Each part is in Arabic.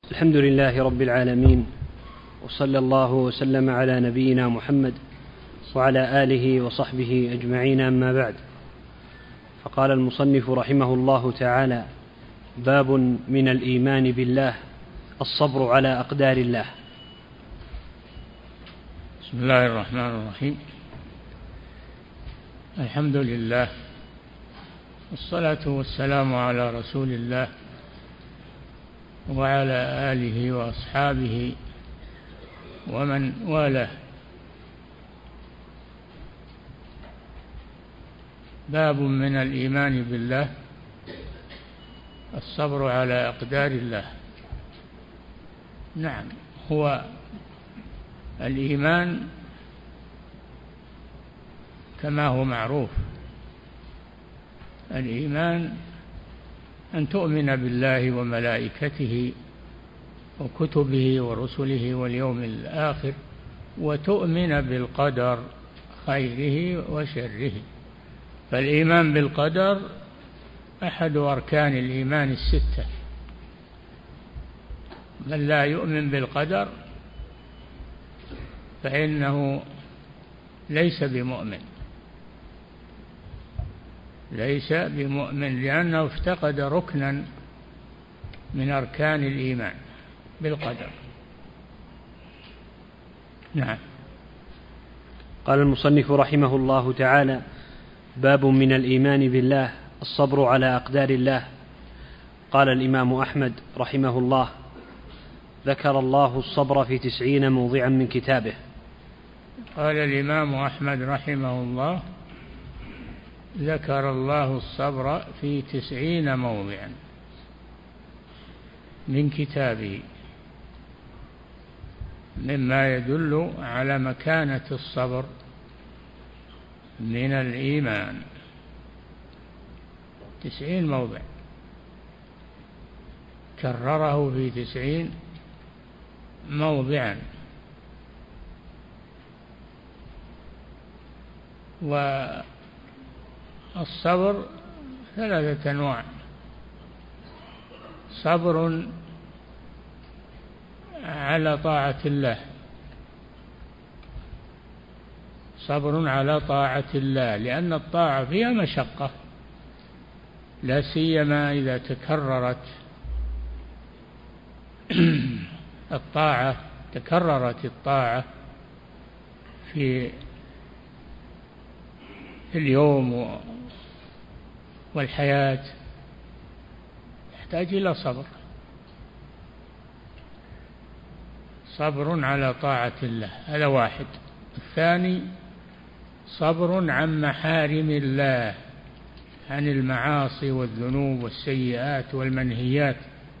الحمد لله رب العالمين، وصلى الله وسلم على نبينا محمد وعلى آله وصحبه أجمعين، أما بعد. فقال المصنف رحمه الله تعالى: باب من الإيمان بالله الصبر على أقدار الله. بسم الله الرحمن الرحيم. الحمد لله، والصلاة والسلام على رسول الله وعلى آله وأصحابه ومن والاه. باب من الإيمان بالله الصبر على أقدار الله. نعم، هو الإيمان كما هو معروف. الإيمان أن تؤمن بالله وملائكته وكتبه ورسله واليوم الآخر، وتؤمن بالقدر خيره وشره. فالإيمان بالقدر أحد أركان الإيمان الستة. من لا يؤمن بالقدر فإنه ليس بمؤمن، ليس بمؤمن، لأنه افتقد ركنا من أركان الإيمان بالقدر. نعم. قال المصنف رحمه الله تعالى: باب من الإيمان بالله الصبر على أقدار الله. قال الإمام أحمد رحمه الله: ذكر الله الصبر في 90 موضعا من كتابه. قال الإمام أحمد رحمه الله: ذكر الله الصبر في 90 موضعا من كتابه، مما يدل على مكانة الصبر من الإيمان. 90 موضع كرره في 90 موضعا. والصبر 3 أنواع: صبر على طاعة الله، صبر على طاعة الله، لأن الطاعة فيها مشقة، لا سيما إذا تكررت الطاعة، تكررت الطاعة في اليوم والحياة، يحتاج إلى صبر. صبر على طاعة الله، هذا واحد. الثاني صبر عن محارم الله، عن المعاصي والذنوب والسيئات والمنهيات،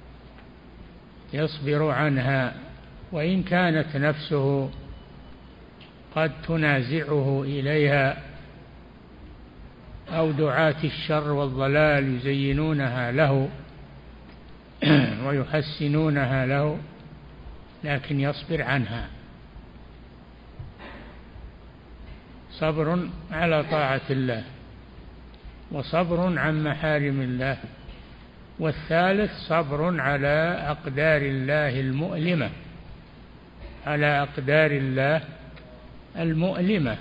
يصبر عنها وإن كانت نفسه قد تنازعه إليها، أو دعاة الشر والضلال يزينونها له ويحسنونها له، لكن يصبر عنها. صبر على طاعة الله، وصبر عن محارم الله. والثالث صبر على أقدار الله المؤلمة، على أقدار الله المؤلمة.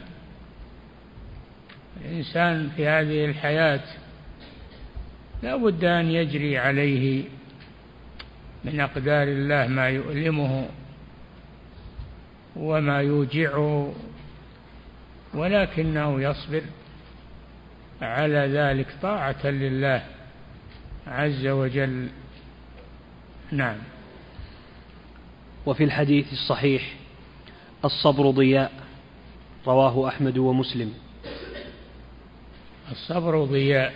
الإنسان في هذه الحياة لا بد أن يجري عليه من أقدار الله ما يؤلمه وما يوجعه، ولكنه يصبر على ذلك طاعة لله عز وجل. نعم. وفي الحديث الصحيح: الصبر ضياء، رواه أحمد ومسلم. الصبر ضياء.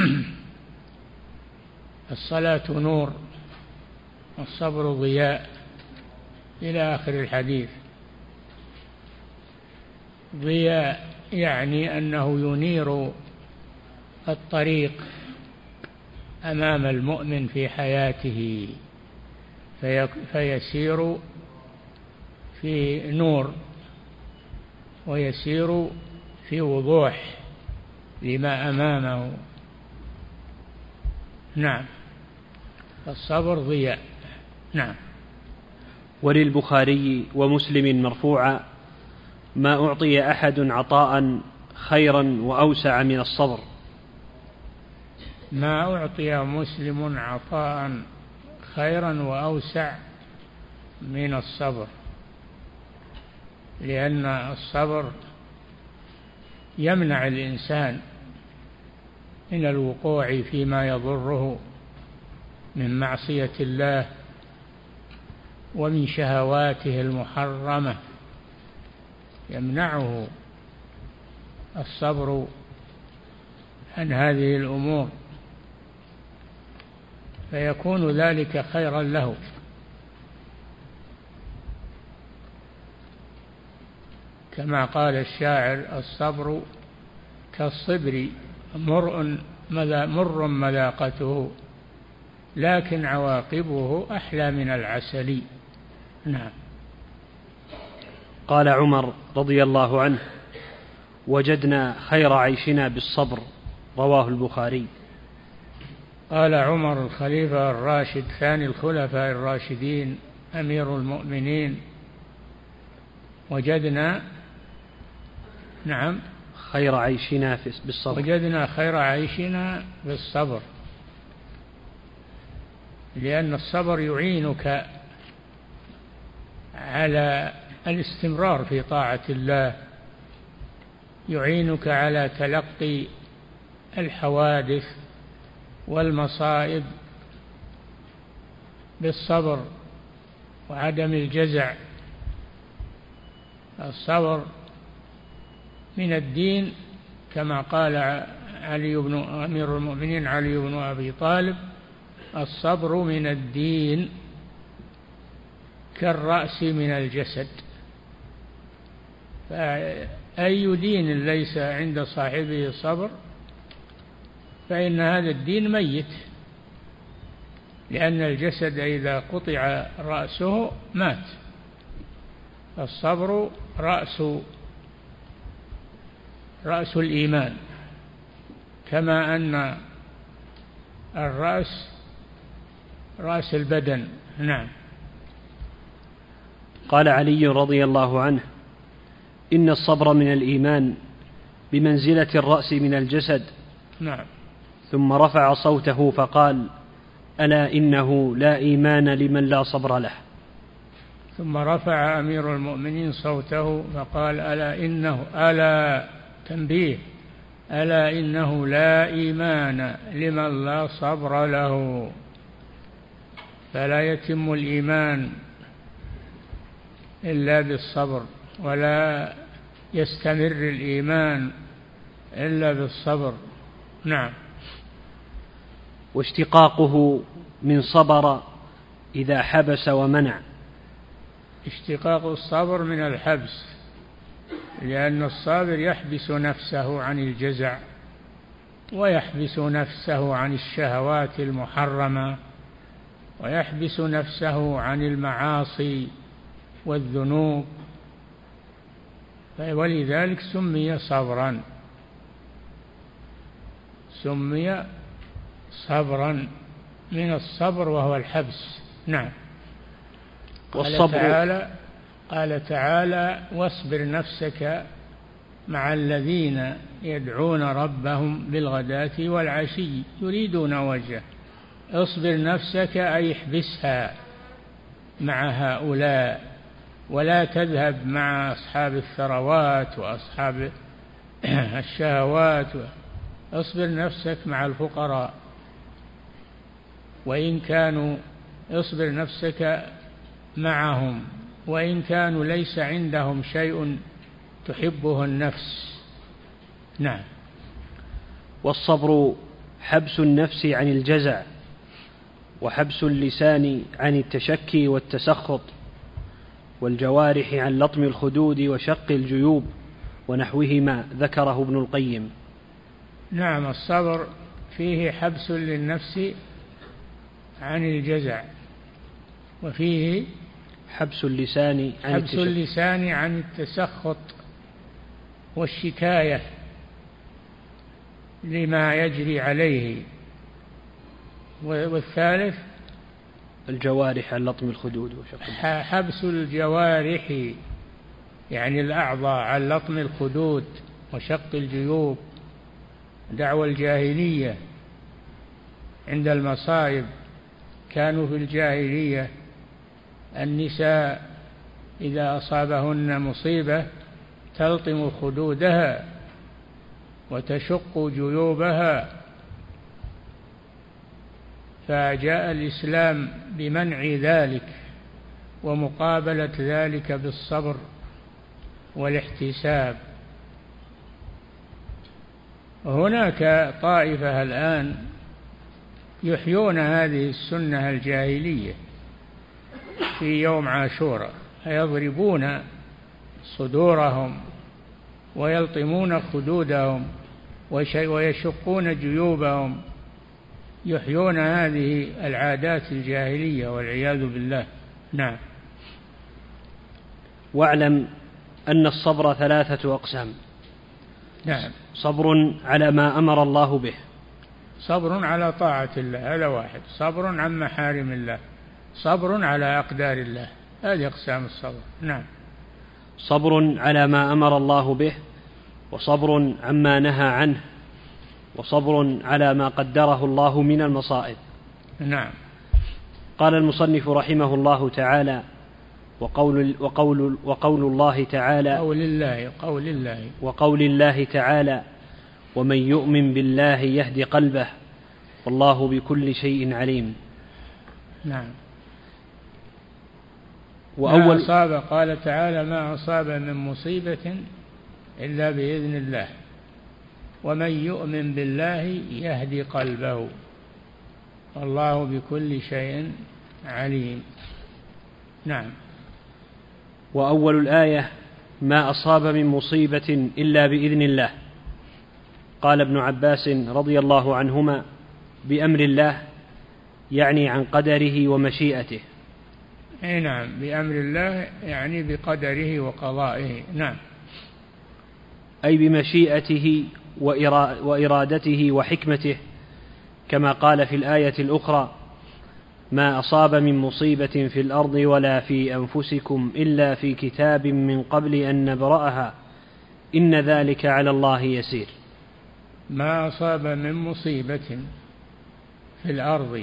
الصلاة نور، الصبر ضياء، إلى آخر الحديث. ضياء يعني أنه ينير الطريق أمام المؤمن في حياته، فيسير في نور ويسير في وضوح لما أمامه. نعم، الصبر ضياء. نعم. وللبخاري ومسلم مرفوعا: ما أعطي أحد عطاء خيرا وأوسع من الصبر. ما أعطي مسلم عطاء خيرا وأوسع من الصبر، لأن الصبر يمنع الإنسان من الوقوع فيما يضره من معصية الله ومن شهواته المحرمة، يمنعه الصبر عن هذه الأمور، فيكون ذلك خيرا له. كما قال الشاعر: الصبر كالصبر مر مذاقته، لكن عواقبه أحلى من العسل. نعم. قال عمر رضي الله عنه: وجدنا خير عيشنا بالصبر. رواه البخاري. قال عمر الخليفة الراشد ثاني الخلفاء الراشدين أمير المؤمنين: وجدنا خير عيشنا بالصبر. وجدنا خير عيشنا بالصبر، لأن الصبر يعينك على الاستمرار في طاعة الله، يعينك على تلقي الحوادث والمصائب بالصبر وعدم الجزع. الصبر من الدين، كما قال أمير المؤمنين علي بن أبي طالب: الصبر من الدين كالرأس من الجسد. فأي دين ليس عند صاحبه صبر فإن هذا الدين ميت، لأن الجسد إذا قطع رأسه مات. الصبر رأس الإيمان، كما أن الرأس رأس البدن. نعم. قال علي رضي الله عنه: إن الصبر من الإيمان بمنزلة الرأس من الجسد. نعم. ثم رفع صوته فقال: ألا إنه لا إيمان لمن لا صبر له. ثم رفع أمير المؤمنين صوته فقال: ألا تنبيه، ألا إنه لا إيمان لمن لا صبر له. فلا يتم الإيمان إلا بالصبر، ولا يستمر الإيمان إلا بالصبر. نعم. واشتقاقه من صبر إذا حبس ومنع. اشتقاق الصبر من الحبس، لأن الصابر يحبس نفسه عن الجزع، ويحبس نفسه عن الشهوات المحرمة، ويحبس نفسه عن المعاصي والذنوب، ولذلك سمي صبرا، سمي صبرا من الصبر وهو الحبس. نعم. قال تعالى: واصبر نفسك مع الذين يدعون ربهم بالغداة والعشي يريدون وجهه. اصبر نفسك أي احبسها مع هؤلاء، ولا تذهب مع أصحاب الثروات وأصحاب الشهوات. اصبر نفسك مع الفقراء، اصبر نفسك معهم وإن كانوا ليس عندهم شيء تحبه النفس. نعم. والصبر حبس النفس عن الجزع، وحبس اللسان عن التشكي والتسخط، والجوارح عن لطم الخدود وشق الجيوب ونحوهما، ذكره ابن القيم. نعم. الصبر فيه حبس للنفس عن الجزع، وفيه حبس اللسان عن التسخط والشكاية لما يجري عليه. والثالث الجوارح عن لطم الخدود حبس الجوارح يعني الأعضاء عن لطم الخدود وشق الجيوب. دعوى الجاهلية عند المصائب، كانوا في الجاهلية النساء إذا أصابهن مصيبة تلطم خدودها وتشق جيوبها، فجاء الإسلام بمنع ذلك ومقابلة ذلك بالصبر والاحتساب. هناك طائفة الآن يحيون هذه السنة الجاهلية في يوم عاشوراء، يضربون صدورهم ويلطمون خدودهم ويشقون جيوبهم، يحيون هذه العادات الجاهلية والعياذ بالله. نعم. واعلم أن الصبر 3 أقسام. نعم. صبر على ما أمر الله به، صبر على طاعة الله، هذا واحد. صبر عن محارم الله، صبر على أقدار الله، هذه أقسام الصبر. نعم. صبر على ما أمر الله به، وصبر عما نهى عنه، وصبر على ما قدره الله من المصائب. نعم. قال المصنف رحمه الله تعالى: وقول الله تعالى وقول الله تعالى: ومن يؤمن بالله يهد قلبه والله بكل شيء عليم. نعم. ما أصاب، قال تعالى: ما أصاب من مصيبة إلا بإذن الله ومن يؤمن بالله يهدي قلبه والله بكل شيء عليم. نعم. وأول الآية: ما أصاب من مصيبة إلا بإذن الله. قال ابن عباس رضي الله عنهما: بأمر الله، يعني عن قدره ومشيئته. نعم، بأمر الله يعني بقدره وقضائه. نعم. أي بمشيئته وإرادته وحكمته، كما قال في الآية الأخرى: ما أصاب من مصيبة في الأرض ولا في أنفسكم إلا في كتاب من قبل أن نبرأها إن ذلك على الله يسير. ما أصاب من مصيبة في الأرض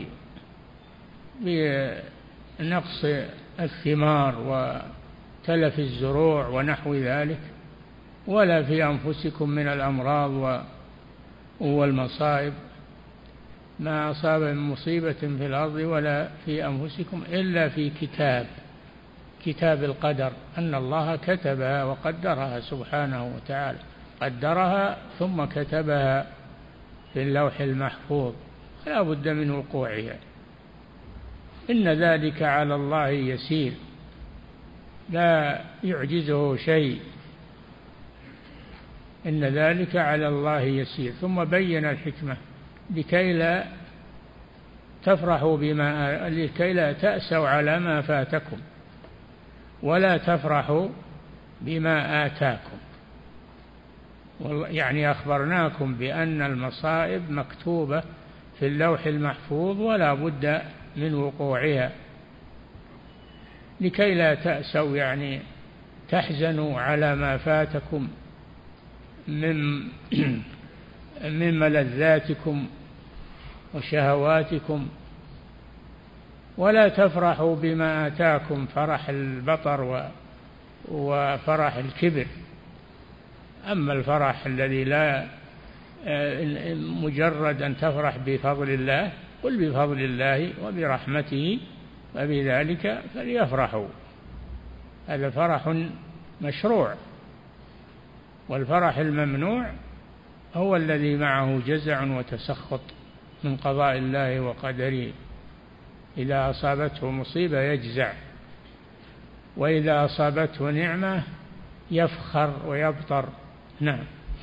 بنقص الثمار وتلف الزروع ونحو ذلك، ولا في أنفسكم من الأمراض والمصائب. ما أصاب من مصيبة في الأرض ولا في أنفسكم إلا في كتاب القدر، أن الله كتبها وقدرها سبحانه وتعالى، قدرها ثم كتبها في اللوح المحفوظ، لا بد من وقوعها. إن ذلك على الله يسير، لا يعجزه شيء، إن ذلك على الله يسير. ثم بين الحكمة لكي لا تأسوا على ما فاتكم ولا تفرحوا بما آتاكم. يعني أخبرناكم بأن المصائب مكتوبة في اللوح المحفوظ ولا بد من وقوعها، لكي لا تأسوا يعني تحزنوا على ما فاتكم من ملذاتكم وشهواتكم، ولا تفرحوا بما آتاكم فرح البطر وفرح الكبر. أما الفرح الذي لا مجرد أن تفرح بفضل الله، قل بفضل الله وبرحمته وبذلك فليفرحوا، هذا فرح مشروع. والفرح الممنوع هو الذي معه جزع وتسخط من قضاء الله وقدره. إذا أصابته مصيبة يجزع، وإذا أصابته نعمة يفخر ويبطر. نعم.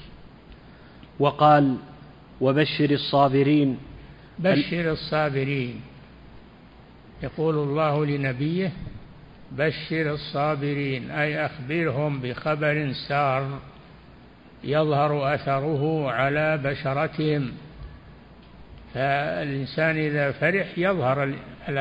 وقال: وبشر الصابرين. بشر الصابرين، يقول الله لنبيه: بشر الصابرين، أي أخبرهم بخبر سار يظهر أثره على بشرتهم فالإنسان إذا فرح يظهر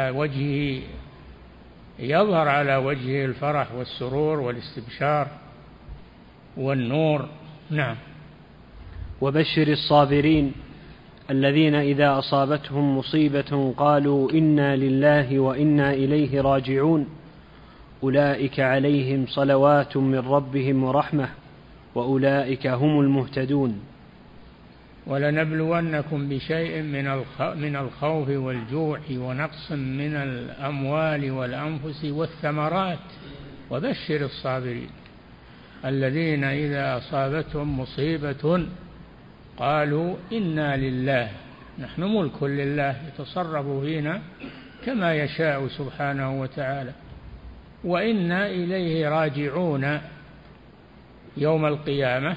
على وجهه الفرح والسرور والاستبشار والنور. نعم. وبشر الصابرين الذين إذا أصابتهم مصيبة قالوا إنا لله وإنا إليه راجعون أولئك عليهم صلوات من ربهم ورحمة وأولئك هم المهتدون. ولنبلونكم بشيء من الخوف والجوع ونقص من الأموال والأنفس والثمرات وبشر الصابرين الذين إذا أصابتهم مصيبة قالوا إنا لله، نحن ملك لله يتصرف فينا كما يشاء سبحانه وتعالى، وإنا إليه راجعون يوم القيامة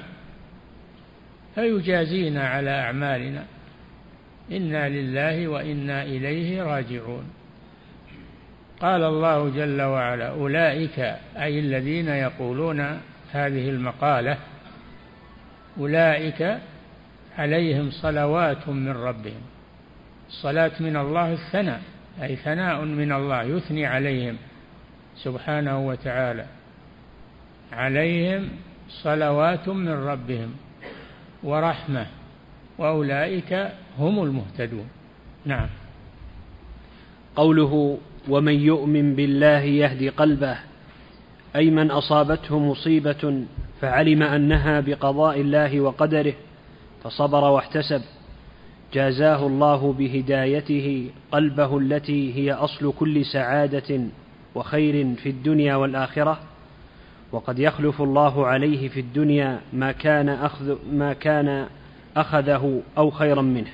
فيجازينا على أعمالنا، إنا لله وإنا إليه راجعون. قال الله جل وعلا أولئك أي الذين يقولون هذه المقالة أولئك عليهم صلوات من ربهم. الصلاة من الله الثناء، أي ثناء من الله يثني عليهم سبحانه وتعالى، عليهم صلوات من ربهم ورحمة وأولئك هم المهتدون. نعم. قوله ومن يؤمن بالله يهدي قلبه، أي من أصابته مصيبة فعلم أنها بقضاء الله وقدره فصبر واحتسب جازاه الله بهدايته قلبه التي هي أصل كل سعادة وخير في الدنيا والآخرة، وقد يخلف الله عليه في الدنيا ما كان أخذه أو خيرا منه.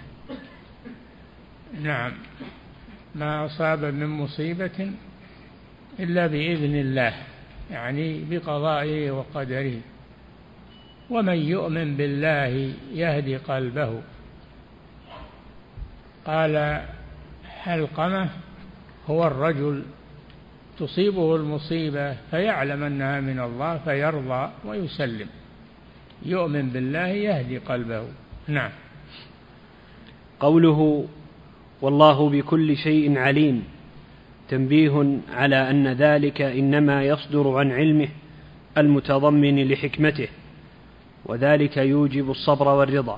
نعم. ما أصاب من مصيبة إلا بإذن الله، يعني بقضائه وقدره. ومن يؤمن بالله يهدي قلبه. قال حلقمة هو الرجل تصيبه المصيبة فيعلم أنها من الله فيرضى ويسلم، يؤمن بالله يهدي قلبه. نعم. قوله والله بكل شيء عليم تنبيه على أن ذلك إنما يصدر عن علمه المتضمن لحكمته، وذلك يوجب الصبر والرضا.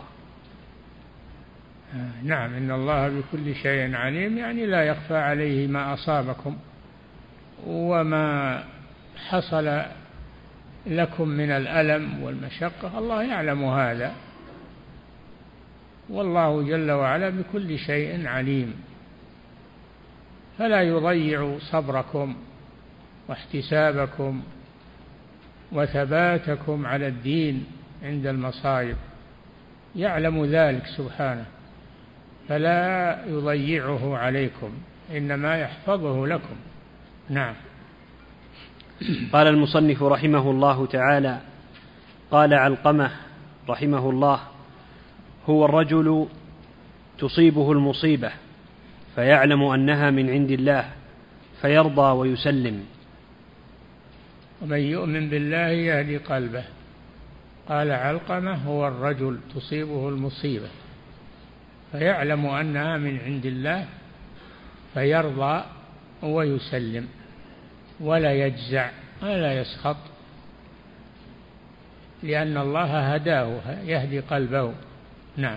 نعم. إن الله بكل شيء عليم، يعني لا يخفى عليه ما أصابكم وما حصل لكم من الألم والمشقة، الله يعلم هذا، والله جل وعلا بكل شيء عليم، فلا يضيع صبركم واحتسابكم وثباتكم على الدين عند المصائب، يعلم ذلك سبحانه فلا يضيعه عليكم، إنما يحفظه لكم. نعم. قال المصنف رحمه الله تعالى قال علقمة رحمه الله هو الرجل تصيبه المصيبة فيعلم أنها من عند الله فيرضى ويسلم. ومن يؤمن بالله يهدي قلبه. قال علقمة هو الرجل تصيبه المصيبة فيعلم أنها من عند الله فيرضى ويسلم ولا يجزع ولا يسخط، لأن الله هداه يهدي قلبه. نعم.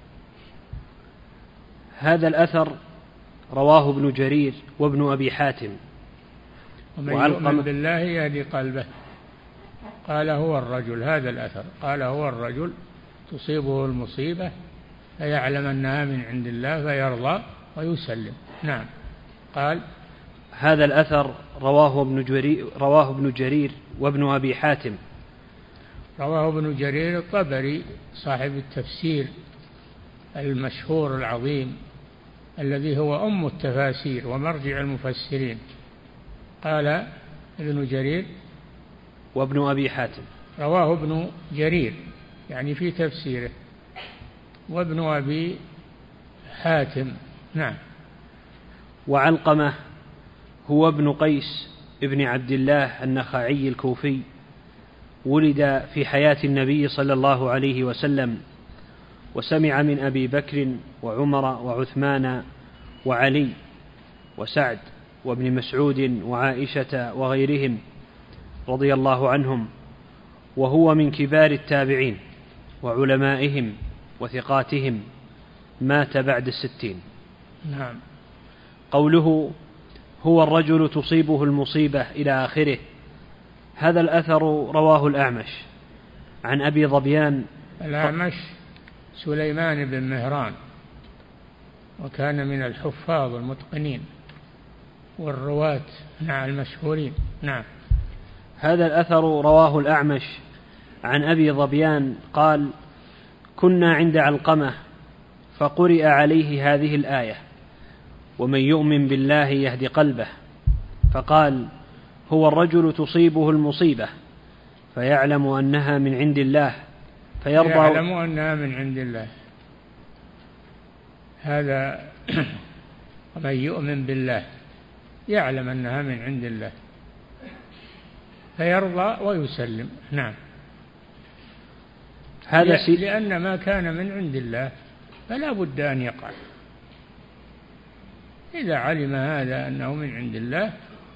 هذا الأثر رواه ابن جرير وابن أبي حاتم. ومن يؤمن بالله يهدي قلبه. قال هو الرجل، هذا الأثر قال هو الرجل تصيبه المصيبة فيعلم أنها من عند الله فيرضى ويسلم. نعم. قال هذا الأثر رواه ابن جرير وابن أبي حاتم. رواه ابن جرير الطبري صاحب التفسير المشهور العظيم الذي هو أم التفاسير ومرجع المفسرين. قال ابن جرير وابن أبي حاتم. رواه ابن جرير يعني في تفسيره، وابن أبي حاتم. نعم. وعلقمة هو ابن قيس ابن عبد الله النخعي الكوفي، ولد في حياة النبي صلى الله عليه وسلم، وسمع من أبي بكر وعمر وعثمان وعلي وسعد وابن مسعود وعائشة وغيرهم رضي الله عنهم، وهو من كبار التابعين وعلمائهم وثقاتهم، مات بعد 60. نعم. قوله هو الرجل تصيبه المصيبة إلى آخره، هذا الأثر رواه الأعمش عن أبي ظبيان. الأعمش سليمان بن مهران، وكان من الحفاظ المتقنين والرواة المشهورين. نعم. هذا الأثر رواه الأعمش عن أبي ظبيان قال: كنا عند علقمة فقرئ عليه هذه الآية: ومن يؤمن بالله يهد قلبه، فقال: هو الرجل تصيبه المصيبة فيعلم أنها من عند الله فيرضى. يعلم أنها من عند الله، هذا ومن يؤمن بالله يعلم أنها من عند الله فيرضى ويسلم. نعم. هذا لأن ما كان من عند الله فلا بد أن يقع. إذا علم هذا أنه من عند الله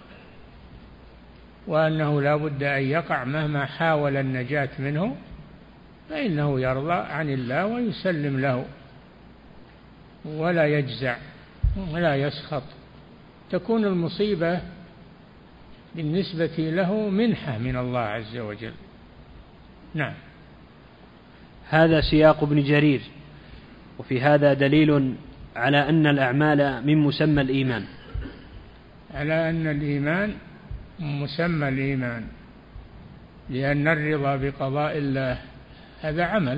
وأنه لا بد أن يقع مهما حاول النجاة منه، فإنه يرضى عن الله ويسلم له ولا يجزع ولا يسخط. تكون المصيبة بالنسبة له منحة من الله عز وجل. نعم. هذا سياق ابن جرير، وفي هذا دليل على أن الأعمال من مسمى الإيمان، على أن الإيمان مسمى الإيمان، لأن الرضا بقضاء الله هذا عمل،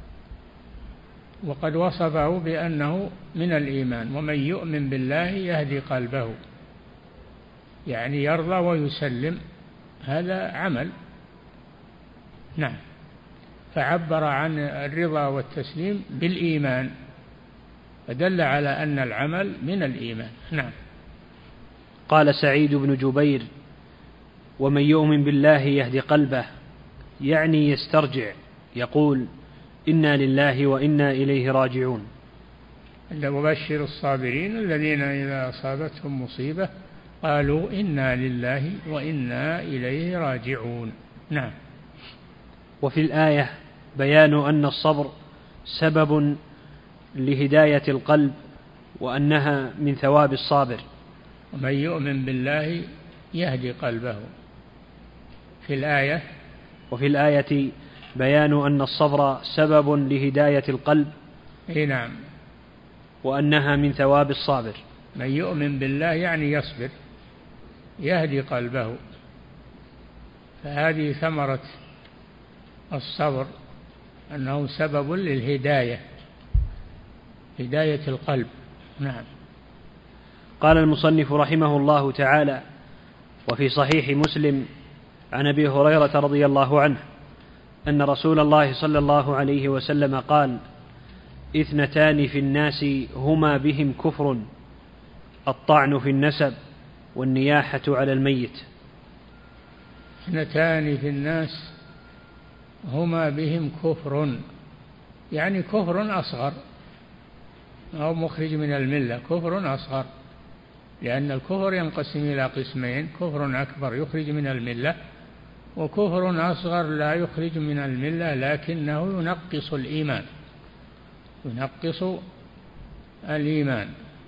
وقد وصفه بأنه من الإيمان. ومن يؤمن بالله يهدي قلبه، يعني يرضى ويسلم، هذا عمل. نعم. فعبر عن الرضا والتسليم بالإيمان، فدل على أن العمل من الإيمان. نعم. قال سعيد بن جبير: ومن يؤمن بالله يهدي قلبه، يعني يسترجع، يقول: إنا لله وإنا إليه راجعون. وبشر الصابرين الذين إذا أصابتهم مصيبة قالوا إنا لله وإنا إليه راجعون. نعم. وفي الآية بيان أن الصبر سبب لهداية القلب، وأنها من ثواب الصابر. ومن يؤمن بالله يهدي قلبه في الآية. وفي الآية بيان أن الصبر سبب لهداية القلب. نعم. وأنها من ثواب الصابر. من يؤمن بالله يعني يصبر، يهدي قلبه، فهذه ثمرة الصبر، أنه سبب للهداية، هداية القلب. نعم. قال المصنف رحمه الله تعالى: وفي صحيح مسلم عن أبي هريرة رضي الله عنه أن رسول الله صلى الله عليه وسلم قال: 2 في الناس هما بهم كفر: الطعن في النسب والنياحة على الميت. 2 في الناس هما بهم كفر، يعني كفر أصغر أو مخرج من الملة، كفر أصغر، لأن الكفر ينقسم إلى قسمين: كفر أكبر يخرج من الملة، وكفر أصغر لا يخرج من الملة لكنه ينقص الإيمان، ينقص الإيمان.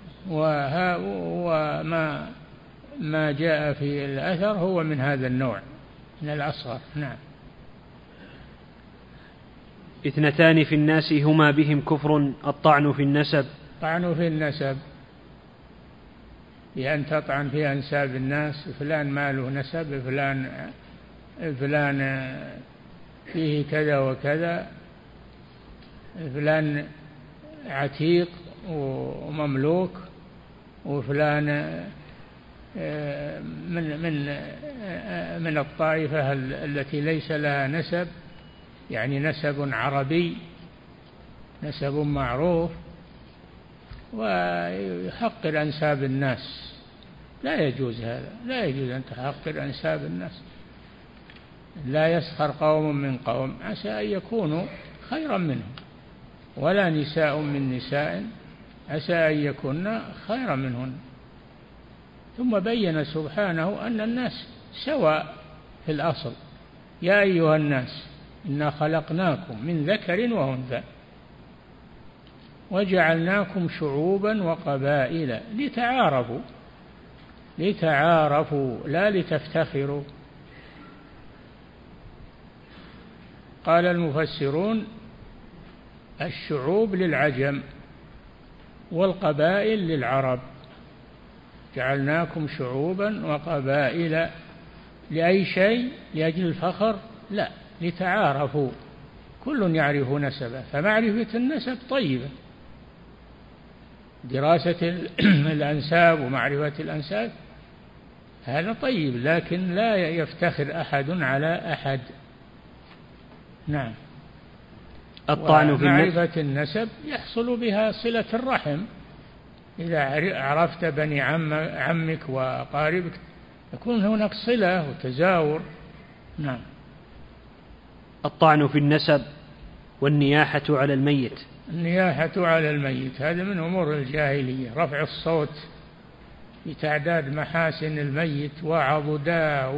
وما جاء في الأثر هو من هذا النوع، من الأصغر. نعم. 2 في الناس هما بهم كفر: الطعن في النسب. طعن في النسب، بأن تطعن في أنساب الناس: فلان ما له نسب، فلان فيه كذا وكذا، فلان عتيق ومملوك، وفلان من الطائفة التي ليس لها نسب، يعني نسب عربي، نسب معروف، ويحقر أنساب الناس. لا يجوز هذا، لا يجوز أن تحقر أنساب الناس. لا يسخر قوم من قوم عسى أن يكونوا خيرا منهم. ولا نساء من نساء عسى أن يكن خيرا منهن. ثم بين سبحانه أن الناس سواء في الأصل. يا أيها الناس إنا خلقناكم من ذكر وأنثى وجعلناكم شعوبا وقبائل لتعارفوا لا لتفتخروا. قال المفسرون الشعوب للعجم والقبائل للعرب. جعلناكم شعوبا وقبائل لأي شيء؟ لأجل الفخر؟ لا، لتعارفوا، كل يعرف نسبه، فمعرفة النسب طيبة، دراسة الأنساب ومعرفة الأنساب هذا طيب، لكن لا يفتخر أحد على أحد. نعم. الطعن في معرفة النسب يحصل بها صلة الرحم، إذا عرفت بني عمك وقاربك يكون هناك صلة وتزاور. نعم. الطعن في النسب والنياحة على الميت. النياحة على الميت هذا من أمور الجاهلية، رفع الصوت بتعداد محاسن الميت وعضداه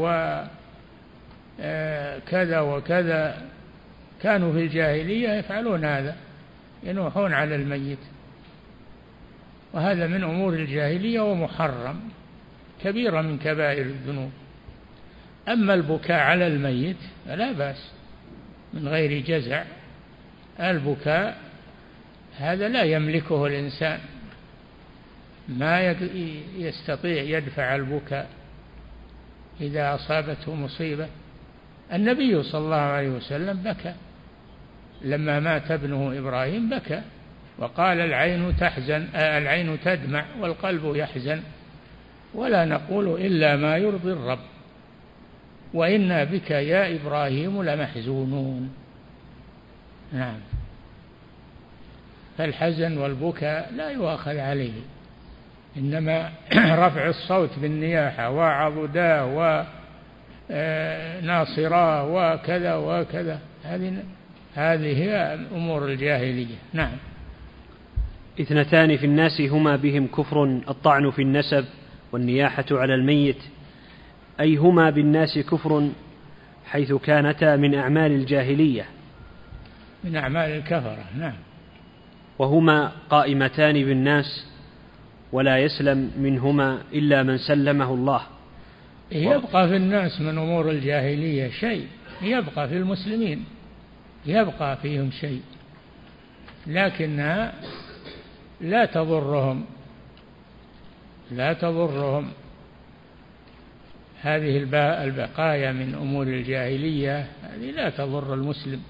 وكذا وكذا، كانوا في الجاهلية يفعلون هذا، ينوحون على الميت، وهذا من أمور الجاهلية ومحرم، كبيرة من كبائر الذنوب. أما البكاء على الميت فلا بأس من غير جزع. البكاء هذا لا يملكه الإنسان، ما يستطيع يدفع البكاء إذا أصابته مصيبة. النبي صلى الله عليه وسلم بكى لما مات ابنه إبراهيم، بكى وقال العين تدمع والقلب يحزن، ولا نقول إلا ما يرضي الرب، وإنا بك يا إبراهيم لمحزونون. نعم. فالحزن والبكاء لا يؤاخذ عليه، إنما رفع الصوت بالنياحة وعضداه وناصراه وكذا وكذا، هذه هي أمور الجاهلية. نعم. 2 في الناس هما بهم كفر: الطعن في النسب والنياحة على الميت، أي هما بالناس كفر حيث كانتا من أعمال الجاهلية، من أعمال الكفرة. نعم. وهما قائمتان بالناس ولا يسلم منهما إلا من سلمه الله. يبقى في الناس من أمور الجاهلية شيء، يبقى في المسلمين يبقى فيهم شيء، لكنها لا تضرهم هذه البقايا من أمور الجاهلية، هذه لا تضر المسلم.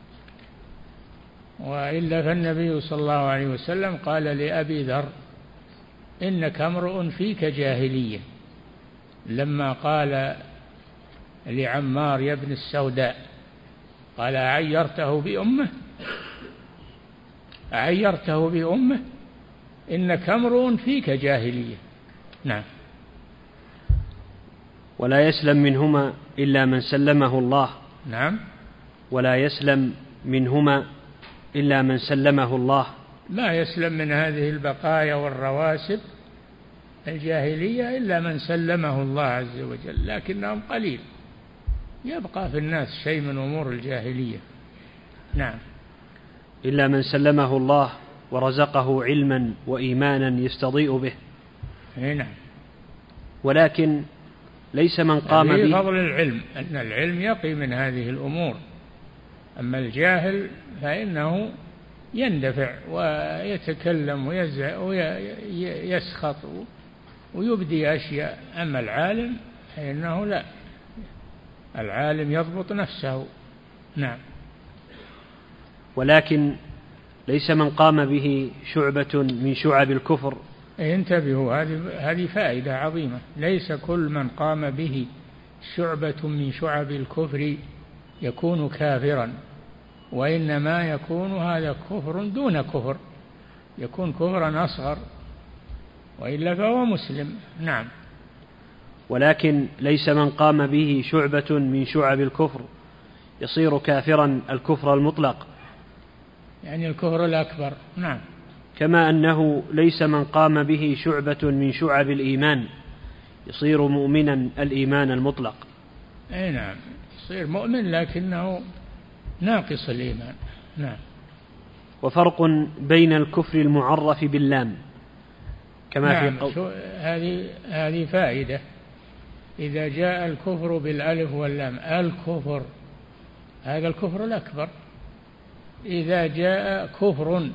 وإلا فالنبي صلى الله عليه وسلم قال لأبي ذر: إنك امرؤ فيك جاهلية، لما قال لعمار يا ابن السوداء، قال: أعيرته بأمه إنك امرؤ فيك جاهلية. نعم. ولا يسلم منهما إلا من سلمه الله. نعم. ولا يسلم منهما إلا من سلمه الله. ما يسلم من هذه البقايا والرواسب الجاهلية إلا من سلمه الله عز وجل، لكنهم قليل، يبقى في الناس شيء من أمور الجاهلية. نعم. إلا من سلمه الله ورزقه علما وإيمانا يستضيء به. نعم. ولكن ليس من قام به. فضل العلم أن العلم يقي من هذه الأمور، أما الجاهل فإنه يندفع ويتكلم ويسخط ويبدي أشياء، أما العالم فإنه لا، العالم يضبط نفسه. نعم. ولكن ليس من قام به شعبة من شعب الكفر. انتبهوا، هذه فائدة عظيمة. ليس كل من قام به شعبة من شعب الكفر يكون كافرا، وإنما يكون هذا كفر دون كفر، يكون كفرا أصغر، وإلا فهو مسلم. نعم. ولكن ليس من قام به شعبة من شعب الكفر يصير كافرا الكفر المطلق، يعني الكفر الأكبر. نعم. كما أنه ليس من قام به شعبة من شعب الإيمان يصير مؤمنا الإيمان المطلق. أي نعم، يصير مؤمن لكنه ناقص الإيمان. نعم. وفرق بين الكفر المعرف باللام كما نعم. في قول هذه فائدة. إذا جاء الكفر بالألف واللام، الكفر هذا الكفر الأكبر. إذا جاء كفر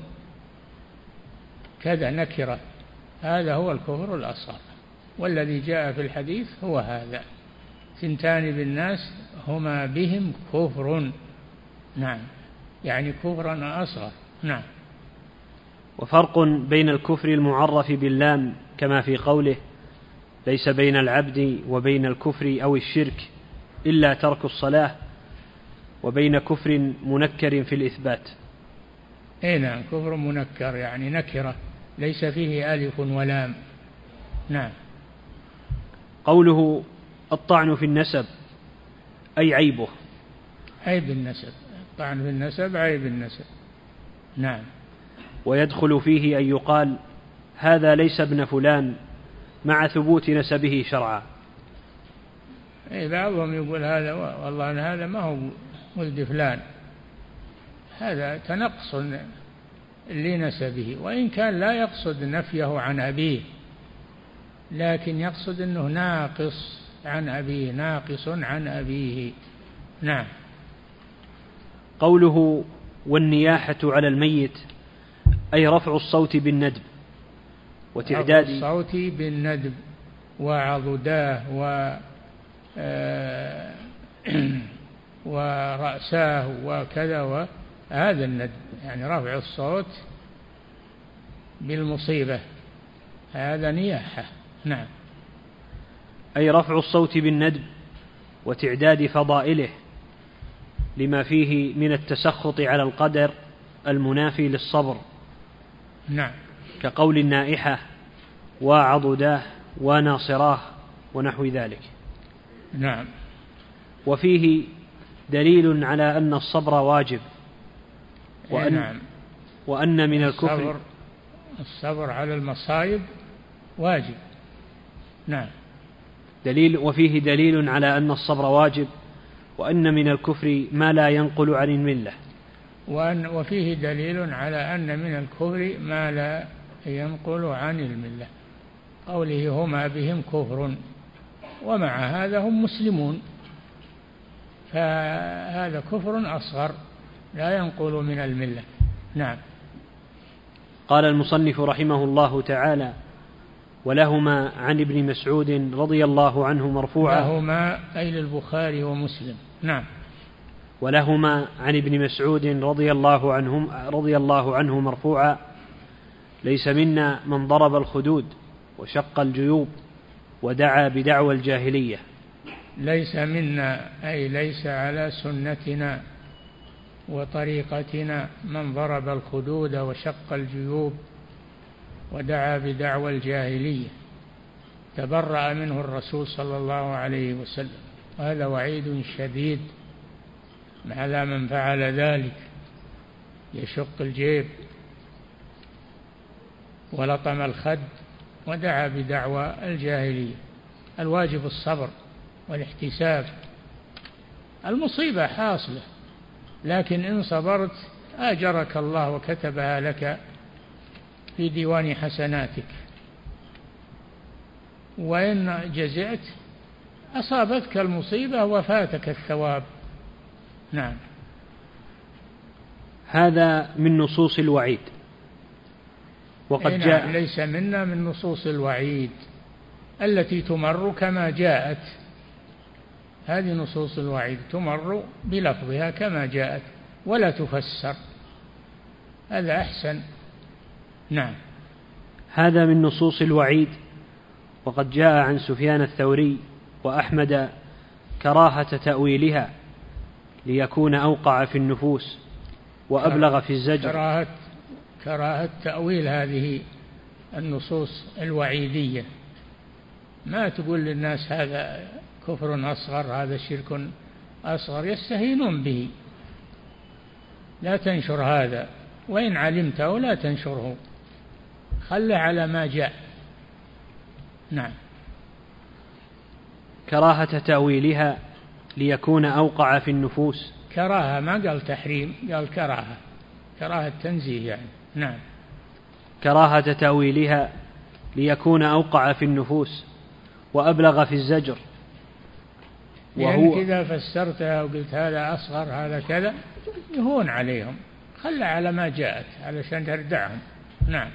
كذا نكرة، هذا هو الكفر الأصغر. والذي جاء في الحديث هو هذا: ثنتان بالناس هما بهم كفر. نعم، يعني كفرا أصغر. نعم. وفرق بين الكفر المعرف باللام كما في قوله: ليس بين العبد وبين الكفر أو الشرك إلا ترك الصلاة، وبين كفر منكر في الإثبات. أي نعم، كفر منكر يعني نكرة ليس فيه ألف ولام. نعم. قوله: الطعن في النسب أي عيبه. عيب النسب، الطعن في النسب عيب النسب. نعم. ويدخل فيه أن يقال: هذا ليس ابن فلان، مع ثبوت نسبه شرعا. أي بعضهم يقول هذا والله هذا ما هو ولد فلان، هذا تنقص لنسبه، وإن كان لا يقصد نفيه عن أبيه، لكن يقصد أنه ناقص عن أبيه، ناقص عن أبيه. نعم. قوله: والنياحة على الميت أي رفع الصوت بالندب وتعداد رفع الصوت بالندب وعضداه ورأساه وكذا، وهذا الندب يعني رفع الصوت بالمصيبة، هذا نياحة. نعم. أي رفع الصوت بالندب وتعداد فضائله لما فيه من التسخط على القدر المنافي للصبر. نعم. كقول النائحة: وعضداه وناصراه ونحو ذلك. نعم. وفيه دليل على أن الصبر واجب، وأن من الكفر الصبر على المصائب واجب. نعم. وفيه دليل على أن الصبر واجب، وأن من الكفر ما لا ينقل عن الملة. وفيه دليل على أن من الكفر ما لا ينقل عن الملة، قوله هما بهم كفر، ومع هذا هم مسلمون، فهذا كفر أصغر لا ينقل من الملة. نعم. قال المصنف رحمه الله تعالى: ولهما عن ابن مسعود رضي الله عنه مرفوعا. لهما أي للبخاري ومسلم. نعم. ولهما عن ابن مسعود رضي الله عنه مرفوعا: ليس منا من ضرب الخدود وشق الجيوب ودعا بدعوى الجاهلية. ليس منا أي ليس على سنتنا وطريقتنا من ضرب الخدود وشق الجيوب ودعا بدعوى الجاهلية، تبرأ منه الرسول صلى الله عليه وسلم. وهذا وعيد شديد على من فعل ذلك، يشق الجيب ولطم الخد ودعا بدعوى الجاهلية. الواجب الصبر والاحتساب، المصيبة حاصلة، لكن إن صبرت آجرك الله وكتبها لك في ديوان حسناتك، وإن جزعت أصابتك المصيبة وفاتك الثواب. نعم. هذا من نصوص الوعيد. وقد جاء ليس منا من نصوص الوعيد التي تمر كما جاءت، هذه نصوص الوعيد تمر بلفظها كما جاءت ولا تفسر، هذا أحسن. نعم. هذا من نصوص الوعيد. وقد جاء عن سفيان الثوري وأحمد كراهة تأويلها ليكون أوقع في النفوس وأبلغ في الزجر. كراهة تأويل هذه النصوص الوعيدية، ما تقول للناس هذا كفر أصغر، هذا شرك أصغر، يستهينون به. لا تنشر هذا وإن علمته لا تنشره، خله على ما جاء. نعم. كراهة تأويلها ليكون أوقع في النفوس. كراهة، ما قال تحريم، قال كراهة، كراهة تنزيه يعني. نعم. كراهة تأويلها ليكون أوقع في النفوس وأبلغ في الزجر. وهو يعني إذا فسرتها وقلت هذا أصغر هذا كذا يهون عليهم، خلى على ما جاءت علشان تردعهم. نعم.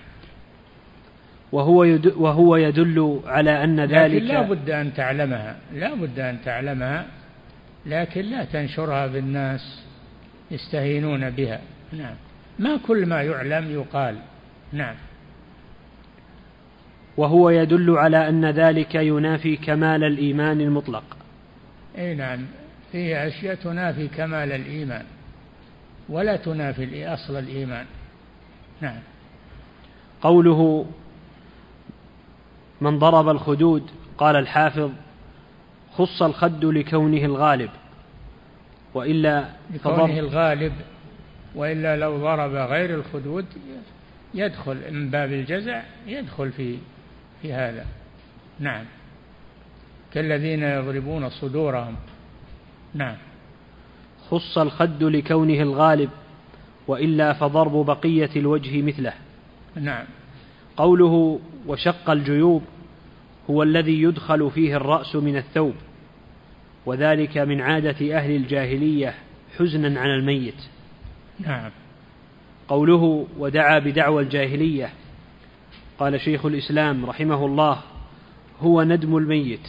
وهو يدل على أن ذلك، لكن لا بد أن تعلمها، لا بد أن تعلمها، لكن لا تنشرها بالناس يستهينون بها. نعم. ما كل ما يعلم يقال. نعم. وهو يدل على أن ذلك ينافي كمال الإيمان المطلق. أي نعم، فيه أشياء تنافي كمال الإيمان ولا تنافي أصل الإيمان. نعم. قوله من ضرب الخدود، قال الحافظ خص الخد لكونه الغالب، وإلا لكونه الغالب، وإلا لو ضرب غير الخدود يدخل من باب الجزع، يدخل في هذا. نعم. كالذين يضربون صدورهم. نعم. خص الخد لكونه الغالب، وإلا فضرب بقية الوجه مثله. نعم. قوله وشق الجيوب هو الذي يدخل فيه الرأس من الثوب، وذلك من عادة أهل الجاهلية حزنا على الميت. نعم. قوله ودعا بدعوى الجاهلية، قال شيخ الإسلام رحمه الله هو ندم الميت.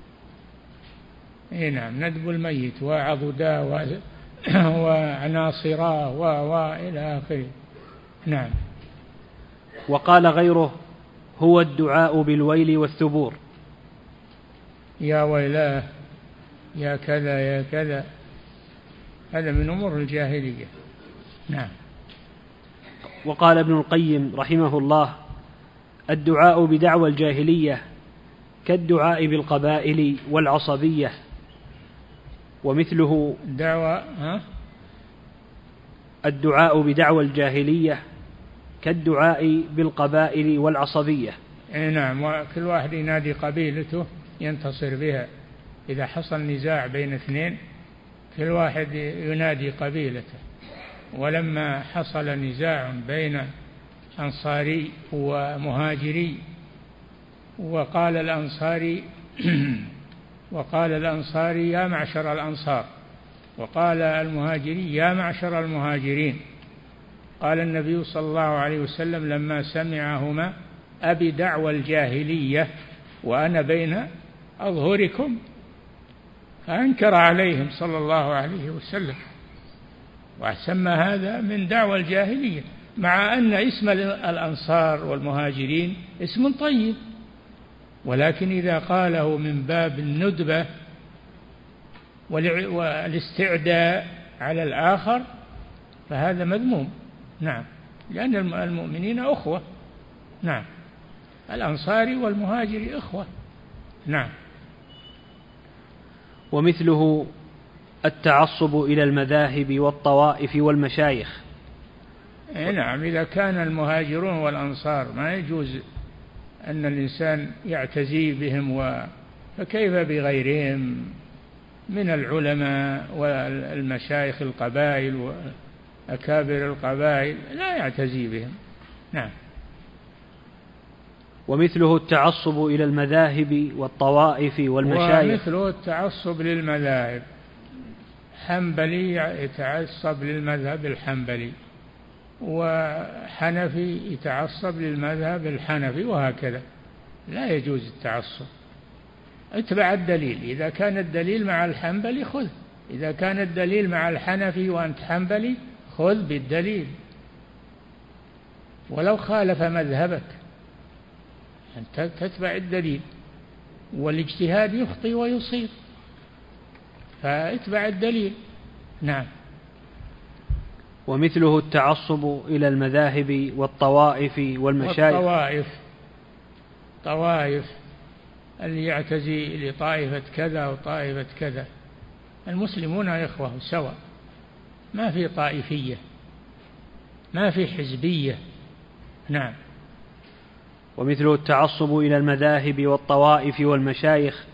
نعم، ندب الميت وعضداه وعناصراه وإلى آخره. نعم. وقال غيره هو الدعاء بالويل والثبور، يا ويلاه يا كذا يا كذا، هذا من أمور الجاهلية. نعم. وقال ابن القيم رحمه الله الدعاء بدعوى الجاهلية كالدعاء بالقبائل والعصبية، ومثله الدعاء بدعوى الجاهلية كالدعاء بالقبائل والعصبية. نعم. وكل واحد ينادي قبيلته ينتصر بها. إذا حصل نزاع بين اثنين كل واحد ينادي قبيلته. ولما حصل نزاع بين أنصاري ومهاجري وقال الأنصاري يا معشر الأنصار، وقال المهاجري يا معشر المهاجرين، قال النبي صلى الله عليه وسلم لما سمعهما أبي دعوى الجاهلية وأنا بين أظهركم، فأنكر عليهم صلى الله عليه وسلم وسمى هذا من دعوى الجاهلية، مع أن اسم الأنصار والمهاجرين اسم طيب، ولكن إذا قاله من باب الندبة والاستعداء على الآخر فهذا مذموم. نعم. لأن المؤمنين أخوة. نعم. الأنصاري والمهاجري أخوة. نعم. ومثله التعصب إلى المذاهب والطوائف والمشايخ. نعم. إذا كان المهاجرون والأنصار ما يجوز أن الإنسان يعتزي بهم، فكيف بغيرهم من العلماء والمشايخ القبائل وأكابر القبائل لا يعتزي بهم. نعم. ومثله التعصب إلى المذاهب والطوائف والمشايخ. ومثله التعصب للمذاهب، حنبلي يتعصب للمذهب الحنبلي، وحنفي يتعصب للمذهب الحنفي، وهكذا. لا يجوز التعصب. اتبع الدليل، إذا كان الدليل مع الحنبلي خذ، إذا كان الدليل مع الحنفي وأنت حنبلي خذ بالدليل ولو خالف مذهبك، أنت تتبع الدليل، والاجتهاد يخطئ ويصيب، فاتبع الدليل. نعم. ومثله التعصب إلى المذاهب والطوائف والمشايخ. طوائف اللي يعتزي لطائفة كذا وطائفة كذا. المسلمون إخوة سواء، ما في طائفية. ما في حزبية. نعم. ومثله التعصب إلى المذاهب والطوائف والمشايخ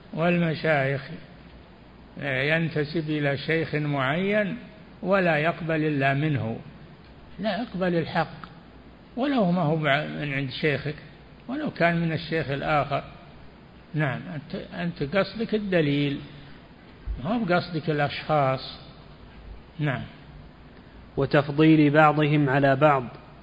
ينتسب إلى شيخ معين ولا يقبل إلا منه، لا يقبل الحق ولو ما هو من عند شيخك، ولو كان من الشيخ الآخر. نعم. أنت قصدك الدليل، ما هو بقصدك الأشخاص. نعم. وتفضيل بعضهم على بعض.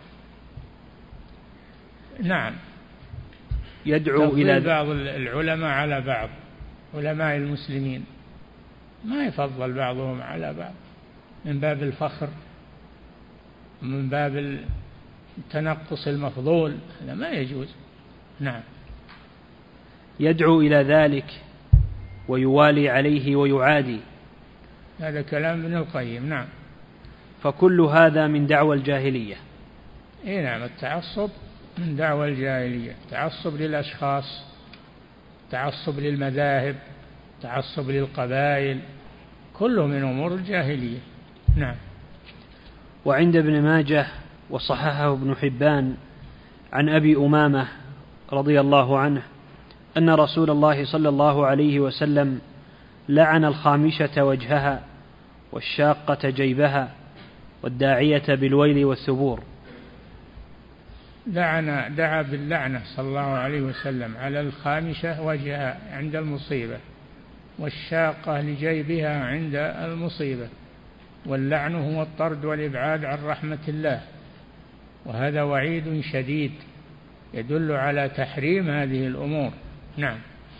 نعم. يدعو إلى بعض العلماء على بعض، علماء المسلمين ما يفضل بعضهم على بعض من باب الفخر، من باب التنقص المفضول، هذا ما يجوز. نعم. يدعو إلى ذلك ويوالي عليه ويعادي، هذا كلام ابن القيم. نعم. فكل هذا من دعوى الجاهلية. نعم. التعصب من دعوى الجاهلية، تعصب للأشخاص، تعصب للمذاهب، تعصب للقبائل، كله من أمور الجاهلية. نعم. وعند ابن ماجه وصححه ابن حبان عن أبي أمامة رضي الله عنه أن رسول الله صلى الله عليه وسلم لعن الخامشة وجهها والشاقة جيبها والداعية بالويل والثبور. دعا باللعنة صلى الله عليه وسلم على الخامشة وجهها عند المصيبة، والشاقة لجيبها عند المصيبة، واللعن هو الطرد والإبعاد عن رحمة الله، وهذا وعيد شديد يدل على تحريم هذه الأمور. نعم.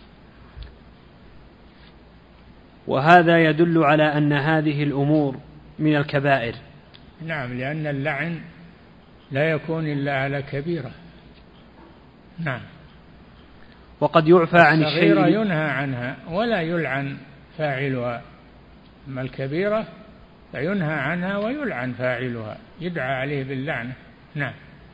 وهذا يدل على أن هذه الأمور من الكبائر. نعم. لأن اللعن لا يكون إلا على كبيرة. نعم. وقد يعفى عن الشيء الصغيرة ينهى عنها ولا يلعن فاعلها، أما الكبيرة فينهى عنها ويلعن فاعلها، يدعى عليه باللعنة. نعم.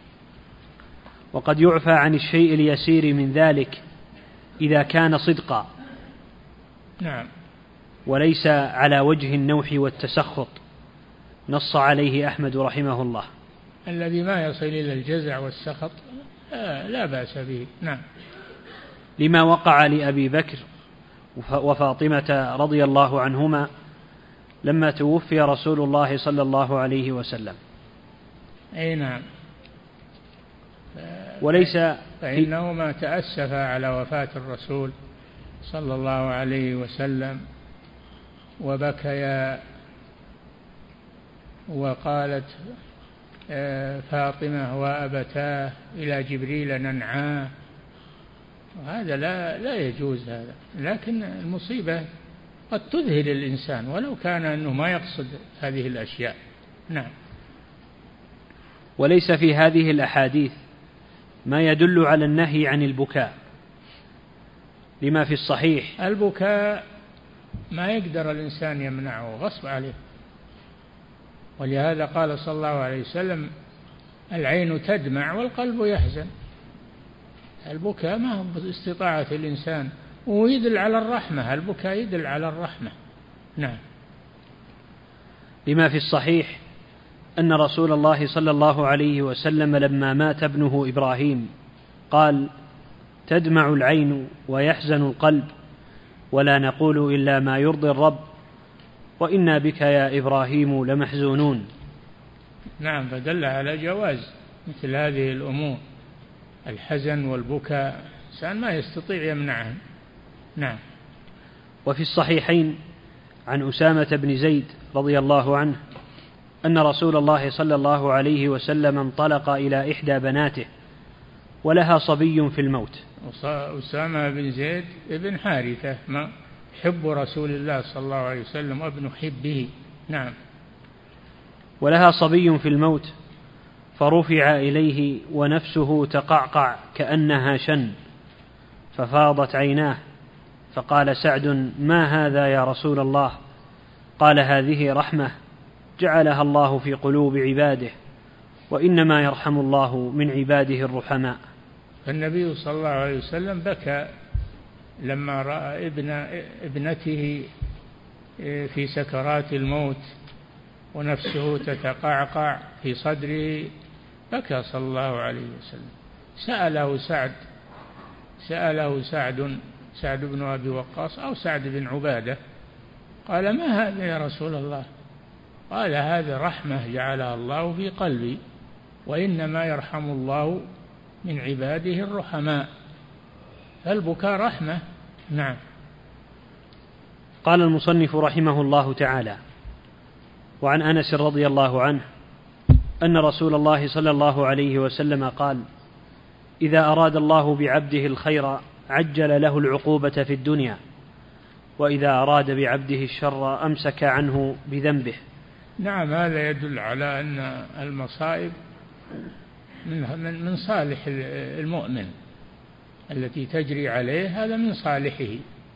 وقد يعفى عن الشيء اليسير من ذلك إذا كان صدقا. نعم. وليس على وجه النوح والتسخط، نص عليه أحمد رحمه الله. الذي ما يصل إلى الجزع والسخط لا بأس به. نعم. لما وقع لأبي بكر وفاطمة رضي الله عنهما لما توفي رسول الله صلى الله عليه وسلم. أي نعم. وليس فإنهما تأسفا على وفاة الرسول صلى الله عليه وسلم وبكيا، وقالت فاطمة وأبتاه إلى جبريل ننعاه، وهذا لا يجوز هذا. لكن المصيبة قد تذهل الإنسان ولو كان أنه ما يقصد هذه الأشياء. نعم. وليس في هذه الأحاديث ما يدل على النهي عن البكاء، لما في الصحيح. البكاء ما يقدر الإنسان يمنعه، غصب عليه، ولهذا قال صلى الله عليه وسلم العين تدمع والقلب يحزن. البكاء ما هو باستطاعة الإنسان، ويدل على الرحمة، البكاء يدل على الرحمة. نعم. لما في الصحيح أن رسول الله صلى الله عليه وسلم لما مات ابنه إبراهيم قال تدمع العين ويحزن القلب ولا نقول إلا ما يرضي الرب وإنا بك يا إبراهيم لمحزونون. نعم. فدل على جواز مثل هذه الأمور، الحزن والبكاء الإنسان ما يستطيع يمنعهم. نعم. وفي الصحيحين عن أسامة بن زيد رضي الله عنه أن رسول الله صلى الله عليه وسلم انطلق إلى إحدى بناته ولها صبي في الموت. أسامة بن زيد ابن حارثة حب رسول الله صلى الله عليه وسلم وابن حبه. نعم. ولها صبي في الموت فرفع إليه ونفسه تقعقع كأنها شن ففاضت عيناه، فقال سعد ما هذا يا رسول الله؟ قال هذه رحمة جعلها الله في قلوب عباده وإنما يرحم الله من عباده الرحماء. النبي صلى الله عليه وسلم بكى لما رأى ابنته في سكرات الموت ونفسه تتقعقع في صدره، بكى صلى الله عليه وسلم. سأله سعد بن أبي وقاص أو سعد بن عبادة، قال: ما هذا يا رسول الله؟ قال: هذا رحمة جعلها الله في قلبي، وإنما يرحم الله من عباده الرحماء، فالبكاء رحمة. نعم. قال المصنف رحمه الله تعالى: وعن أنس رضي الله عنه أن رسول الله صلى الله عليه وسلم قال: إذا أراد الله بعبده الخير عجل له العقوبة في الدنيا، وإذا أراد بعبده الشر أمسك عنه بذنبه. نعم، هذا يدل على أن المصائب من صالح المؤمن التي تجري عليه، هذا من صالحه،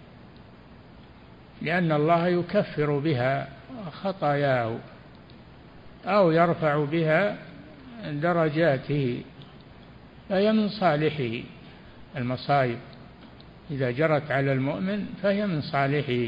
لأن الله يكفر بها خطاياه أو يرفع بها درجاته، فهي من صالحه. المصائب إذا جرت على المؤمن فهي من صالحه،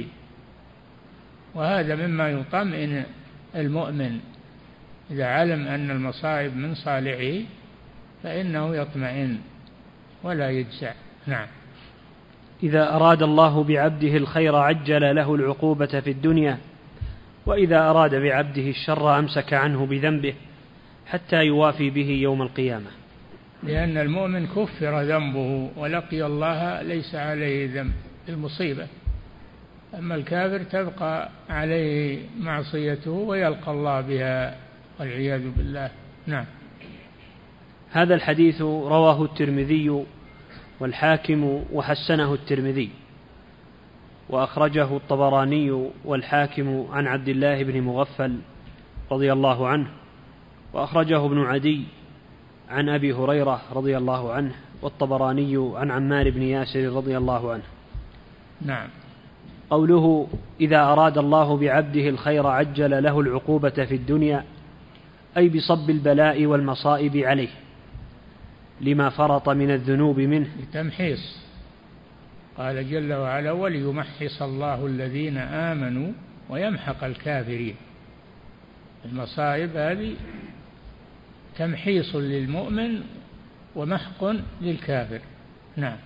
وهذا مما يطمئن المؤمن. إذا علم أن المصائب من صالحه فإنه يطمئن ولا يجزع. نعم. إذا أراد الله بعبده الخير عجل له العقوبة في الدنيا، وإذا أراد بعبده الشر أمسك عنه بذنبه حتى يوافي به يوم القيامة. لأن المؤمن كفر ذنبه ولقي الله ليس عليه ذنب، المصيبة. أما الكافر تبقى عليه معصيته ويلقى الله بها والعياذ بالله. نعم. هذا الحديث رواه الترمذي والحاكم وحسنه الترمذي، وأخرجه الطبراني والحاكم عن عبد الله بن مغفل رضي الله عنه، وأخرجه ابن عدي عن أبي هريرة رضي الله عنه، والطبراني عن عمار بن ياسر رضي الله عنه. نعم. قوله: إذا أراد الله بعبده الخير عجل له العقوبة في الدنيا، أي بصب البلاء والمصائب عليه لما فرط من الذنوب منه، لتمحيص. قال جل وعلا: وليمحص الله الذين آمنوا ويمحق الكافرين. المصائب هذه تمحيص للمؤمن ومحق للكافر. نعم.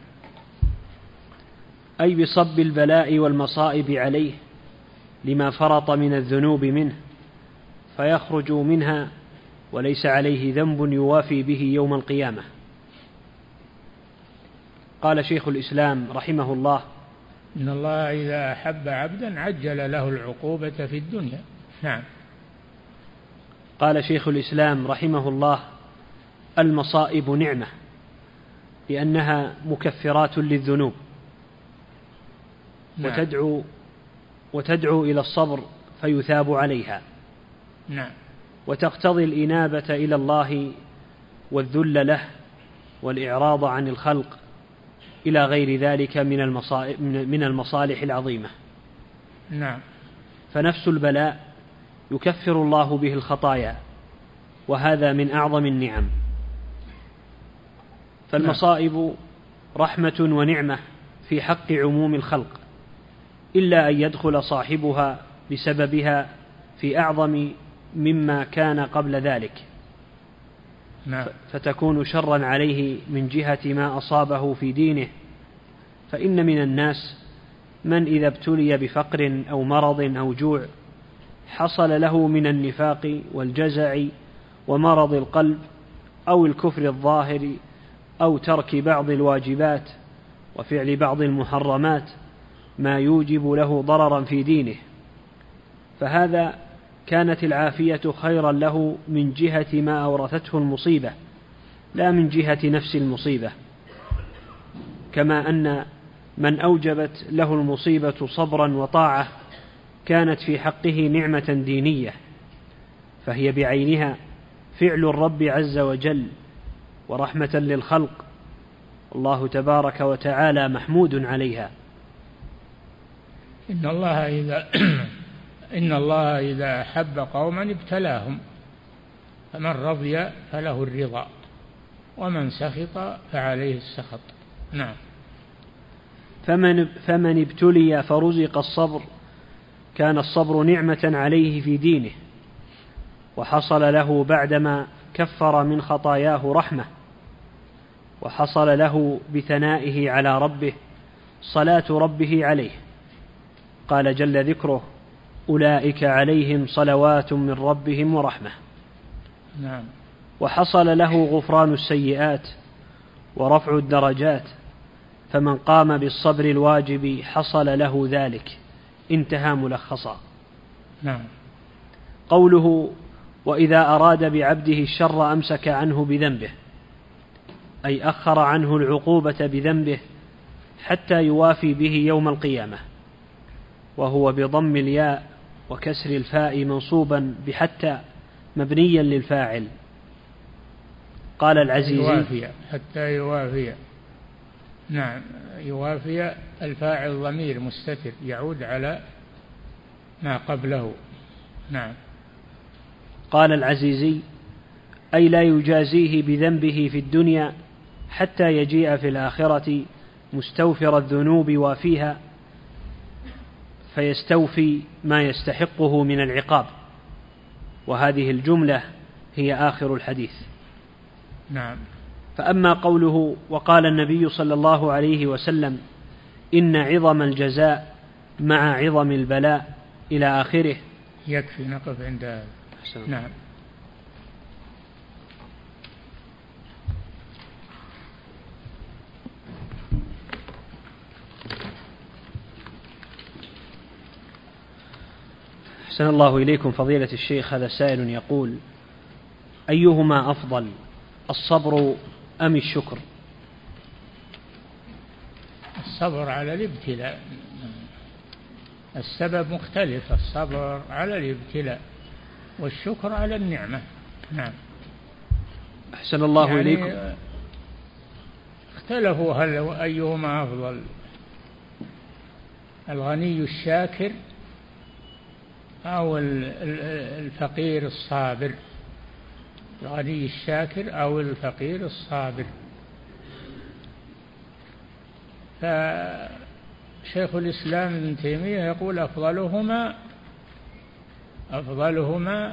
أي بصب البلاء والمصائب عليه لما فرط من الذنوب منه، فيخرج منها وليس عليه ذنب يوافي به يوم القيامة. قال شيخ الإسلام رحمه الله: إن الله إذا أحب عبدا عجل له العقوبة في الدنيا. نعم. قال شيخ الإسلام رحمه الله: المصائب نعمة، لأنها مكفرات للذنوب. نعم. وتدعو إلى الصبر فيثاب عليها. نعم. وتقتضي الإنابة إلى الله والذل له والإعراض عن الخلق إلى غير ذلك من المصالح العظيمة. نعم. فنفس البلاء يكفر الله به الخطايا، وهذا من أعظم النعم. فالمصائب رحمة ونعمة في حق عموم الخلق، إلا أن يدخل صاحبها بسببها في أعظم مما كان قبل ذلك. نعم. فتكون شرا عليه من جهة ما أصابه في دينه. فإن من الناس من إذا ابتلي بفقر أو مرض أو جوع حصل له من النفاق والجزع ومرض القلب أو الكفر الظاهر أو ترك بعض الواجبات وفعل بعض المحرمات ما يوجب له ضررا في دينه، فهذا كانت العافية خيرا له من جهة ما أورثته المصيبة، لا من جهة نفس المصيبة. كما أن من أوجبت له المصيبة صبرا وطاعة كانت في حقه نعمة دينية، فهي بعينها فعل الرب عز وجل ورحمة للخلق، الله تبارك وتعالى محمود عليها. إن الله إذا أحب قوما ابتلاهم، فمن رضي فله الرضا ومن سخط فعليه السخط. نعم. فمن ابتلي فرزق الصبر كان الصبر نعمة عليه في دينه، وحصل له بعدما كفر من خطاياه رحمة، وحصل له بثنائه على ربه صلاة ربه عليه. قال جل ذكره: أولئك عليهم صلوات من ربهم ورحمة. نعم. وحصل له غفران السيئات ورفع الدرجات، فمن قام بالصبر الواجب حصل له ذلك. انتهى ملخصا. نعم. قوله: وإذا أراد بعبده الشر أمسك عنه بذنبه، أي أخر عنه العقوبة بذنبه حتى يوافي به يوم القيامة، وهو بضم الياء وكسر الفاء منصوبا بحتى مبنيا للفاعل. قال العزيزي: حتى يوافي. نعم، يوافي الفاعل ضمير مستتر يعود على ما قبله. نعم. قال العزيزي: أي لا يجازيه بذنبه في الدنيا حتى يجيء في الآخرة مستوفر الذنوب وافيها، فيستوفي ما يستحقه من العقاب. وهذه الجملة هي آخر الحديث. نعم. فأما قوله: وقال النبي صلى الله عليه وسلم: إن عظم الجزاء مع عظم البلاء، إلى آخره، يكفي نقف عند هذا. نعم. أحسن الله إليكم فضيلة الشيخ. هذا سائل يقول: أيهما أفضل، الصبر أم الشكر؟ الصبر على الابتلاء، السبب مختلف، الصبر على الابتلاء والشكر على النعمة. نعم. أحسن الله إليكم. اختلفوا هل أيهما أفضل، الغني الشاكر أو الفقير الصابر، الغني الشاكر أو الفقير الصابر. فشيخ الإسلام ابن تيمية يقول أفضلهما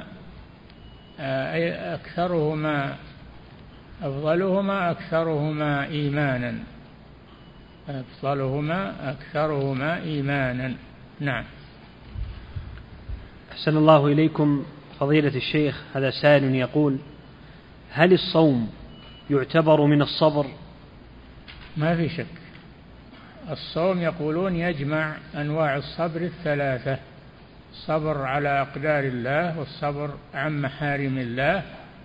أكثرهما إيمانا، أكثرهما إيمانا. نعم. أحسن الله إليكم فضيلة الشيخ. هذا سائل يقول: هل الصوم يعتبر من الصبر؟ ما في شك، الصوم يقولون يجمع أنواع الصبر الثلاثة: الصبر على أقدار الله، والصبر عن محارم الله،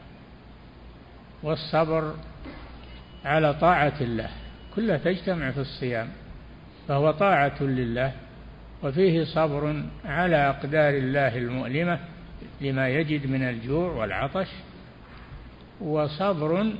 والصبر على طاعة الله، كلها تجتمع في الصيام، فهو طاعة لله، وفيه صبر على أقدار الله المؤلمة لما يجد من الجوع والعطش، وصبر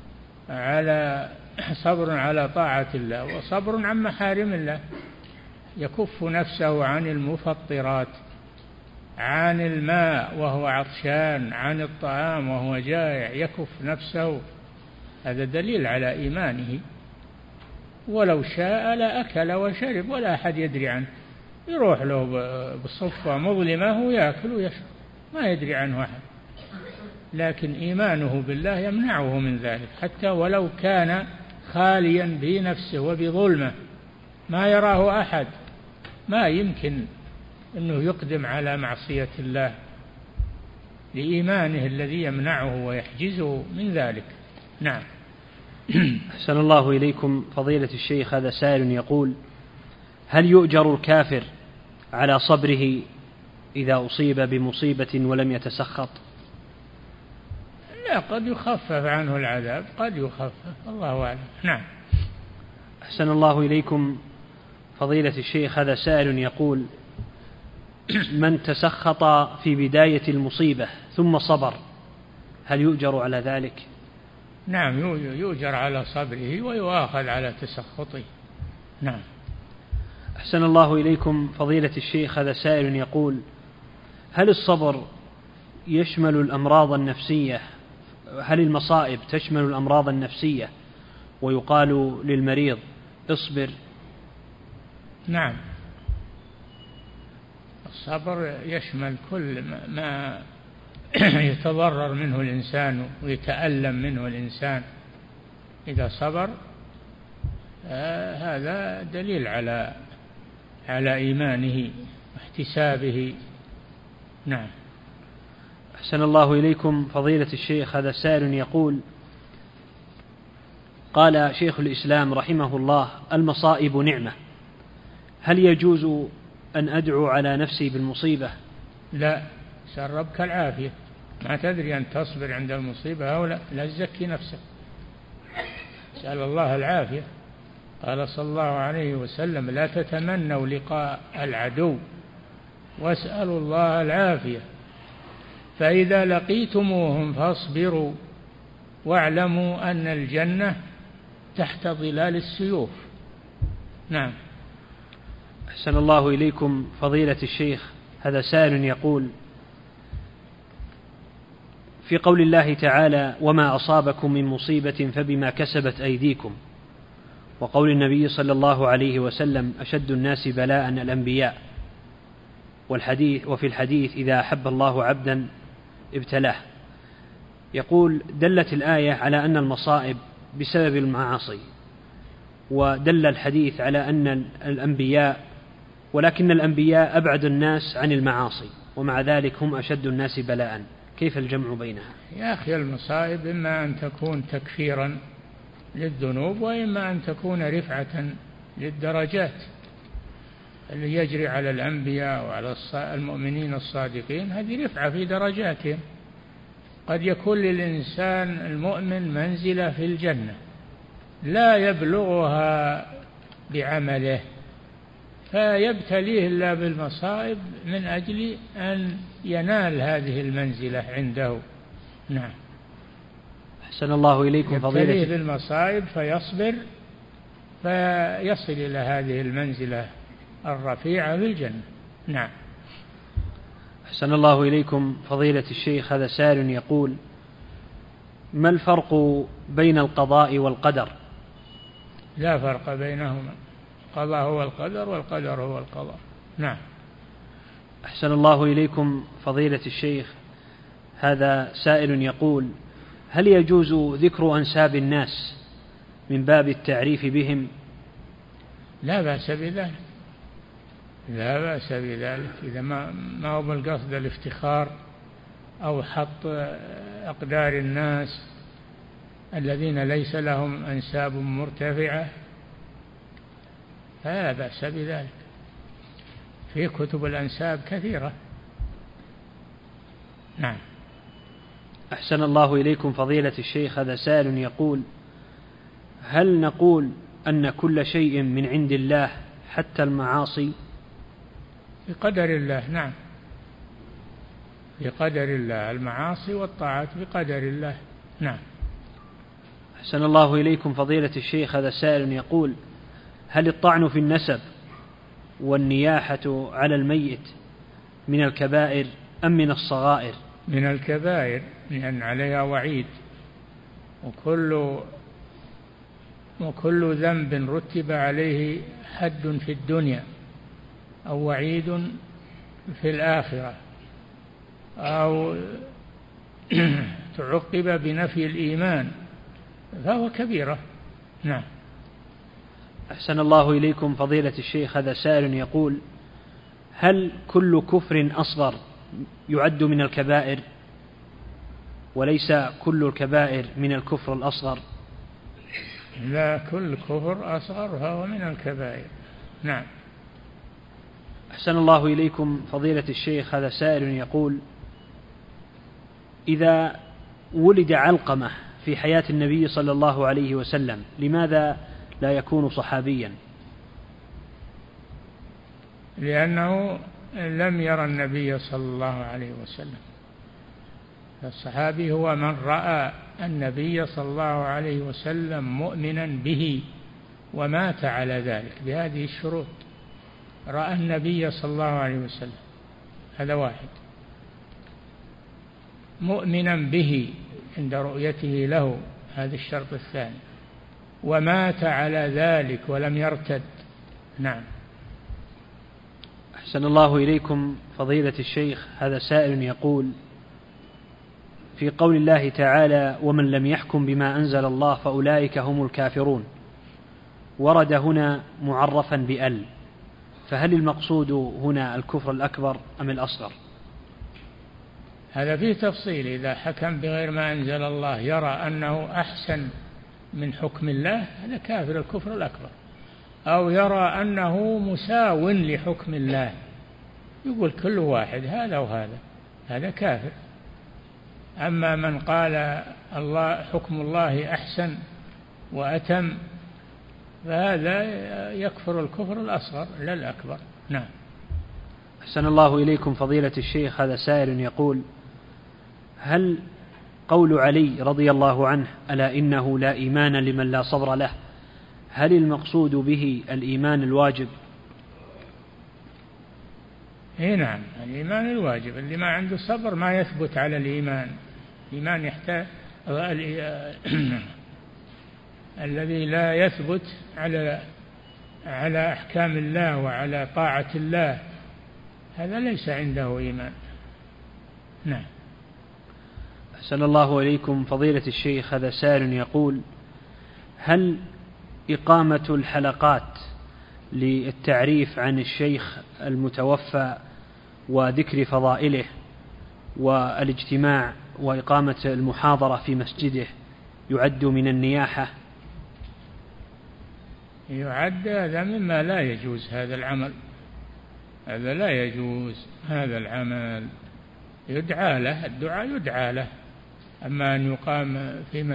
على طاعة الله، وصبر عن محارم الله، يكف نفسه عن المفطرات، عن الماء وهو عطشان، عن الطعام وهو جائع، يكف نفسه. هذا دليل على إيمانه. ولو شاء لأكل وشرب ولا أحد يدري عنه، يروح له بصفة مظلمة ويأكل ويشرب ما يدري عنه أحد، لكن إيمانه بالله يمنعه من ذلك، حتى ولو كان خاليا بنفسه وبظلمه ما يراه أحد، ما يمكن أنه يقدم على معصية الله لإيمانه الذي يمنعه ويحجزه من ذلك. نعم. أحسن الله إليكم فضيلة الشيخ. هذا سائل يقول: هل يؤجر الكافر على صبره إذا أصيب بمصيبة ولم يتسخط؟ لا، قد يخفف عنه العذاب، قد يخفف، الله أعلم. نعم. أحسن الله إليكم فضيلة الشيخ. هذا سائل يقول: من تسخط في بداية المصيبة ثم صبر هل يؤجر على ذلك؟ نعم، يؤجر على صبره ويؤاخذ على تسخطه. نعم. أحسن الله إليكم فضيلة الشيخ. هذا سائل يقول: هل الصبر يشمل الأمراض النفسية؟ هل المصائب تشمل الأمراض النفسية ويقال للمريض اصبر؟ نعم، الصبر يشمل كل ما يتضرر منه الإنسان ويتألم منه الإنسان إذا صبر، هذا دليل على إيمانه واحتسابه. نعم. أحسن الله إليكم فضيلة الشيخ، هذا سائل يقول: قال شيخ الإسلام رحمه الله: المصائب نعمة، هل يجوز أن أدعو على نفسي بالمصيبة؟ لا، سأل ربك العافية، ما تدري أن تصبر عند المصيبة أو لا تزكي نفسك، سأل الله العافية. قال صلى الله عليه وسلم: لا تتمنوا لقاء العدو واسألوا الله العافية، فإذا لقيتموهم فاصبروا واعلموا أن الجنة تحت ظلال السيوف. نعم. أحسن الله إليكم فضيلة الشيخ، هذا سائل يقول: في قول الله تعالى: وما أصابكم من مصيبة فبما كسبت أيديكم، وقول النبي صلى الله عليه وسلم: أشد الناس بلاء الأنبياء، وفي الحديث: إذا أحب الله عبدا ابتلاه. يقول: دلت الآية على أن المصائب بسبب المعاصي، ودل الحديث على أن ولكن الأنبياء أبعد الناس عن المعاصي، ومع ذلك هم أشد الناس بلاء، كيف الجمع بينها؟ يا أخي، المصائب إما أن تكون تكفيرا للذنوب، وإما أن تكون رفعة للدرجات. اللي يجري على الأنبياء وعلى المؤمنين الصادقين هذه رفعة في درجاتهم. قد يكون للإنسان المؤمن منزلة في الجنة لا يبلغها بعمله، فيبتليه الله بالمصائب من أجل أن ينال هذه المنزلة عنده. نعم. أحسن الله إليكم فضيلة. يبتليه بالمصائب فيصبر فيصل إلى هذه المنزلة الرفيعة في الجنة. نعم. أحسن الله إليكم فضيلة الشيخ، هذا سائل يقول: ما الفرق بين القضاء والقدر؟ لا فرق بينهما، القضاء هو القدر والقدر هو القضاء. نعم. أحسن الله إليكم فضيلة الشيخ، هذا سائل يقول: هل يجوز ذكر أنساب الناس من باب التعريف بهم؟ لا بأس بذلك، لا بأس بذلك، إذا ما هو بالقصد الافتخار أو حط أقدار الناس الذين ليس لهم أنساب مرتفعة، فلا بأس بذلك، في كتب الأنساب كثيرة. نعم. أحسن الله إليكم فضيلة الشيخ، هذا سائل يقول: هل نقول أن كل شيء من عند الله حتى المعاصي؟ بقدر الله. نعم، بقدر الله، المعاصي والطاعات بقدر الله. نعم. أحسن الله إليكم فضيلة الشيخ، هذا سائل يقول: هل الطعن في النسب والنياحة على الميت من الكبائر أم من الصغائر؟ من الكبائر، لأن عليها وعيد، وكل ذنب رتب عليه حد في الدنيا أو وعيد في الآخرة أو تعقب بنفي الإيمان فهو كبيرة. نعم. أحسن الله إليكم فضيلة الشيخ، هذا سائل يقول: هل كل كفر أصغر يعد من الكبائر وليس كل الكبائر من الكفر الأصغر؟ لا، كل كفر أصغر فهو من الكبائر. نعم. أحسن الله إليكم فضيلة الشيخ، هذا سائل يقول: إذا ولد علقمة في حياة النبي صلى الله عليه وسلم لماذا لا يكون صحابيا؟ لأنه لم يرى النبي صلى الله عليه وسلم. الصحابي هو من رأى النبي صلى الله عليه وسلم مؤمنا به ومات على ذلك بهذه الشروط. رأى النبي صلى الله عليه وسلم، هذا واحد، مؤمنا به عند رؤيته له، هذا الشرط الثاني، ومات على ذلك ولم يرتد. نعم. أحسن الله إليكم فضيلة الشيخ، هذا سائل يقول: في قول الله تعالى ومن لم يحكم بما أنزل الله فأولئك هم الكافرون، ورد هنا معرفا بأل، فهل المقصود هنا الكفر الأكبر أم الأصغر؟ هذا فيه تفصيل. إذا حكم بغير ما أنزل الله يرى أنه أحسن من حكم الله هذا كافر الكفر الأكبر، أو يرى أنه مساو لحكم الله يقول كل واحد هذا وهذا هذا كافر. أما من قال الله حكم الله أحسن وأتم فهذا يكفر الكفر الأصغر لا الأكبر. نعم. أحسن الله إليكم فضيلة الشيخ، هذا سائل يقول هل قول علي رضي الله عنه ألا إنه لا إيمان لمن لا صبر له، هل المقصود به الإيمان الواجب؟ نعم، الإيمان الواجب اللي ما عنده صبر ما يثبت على الإيمان. الإيمان يحتاج الذي لا يثبت على أحكام الله وعلى طاعة الله هذا ليس عنده إيمان. نعم. أحسن الله إليكم فضيلة الشيخ، هذا سائل يقول هل إقامة الحلقات للتعريف عن الشيخ المتوفى وذكر فضائله والاجتماع وإقامة المحاضرة في مسجده يعد من النياحة؟ يعد، هذا مما لا يجوز هذا العمل، هذا لا يجوز هذا العمل. يدعى له الدعاء يدعى له، أما أن يقام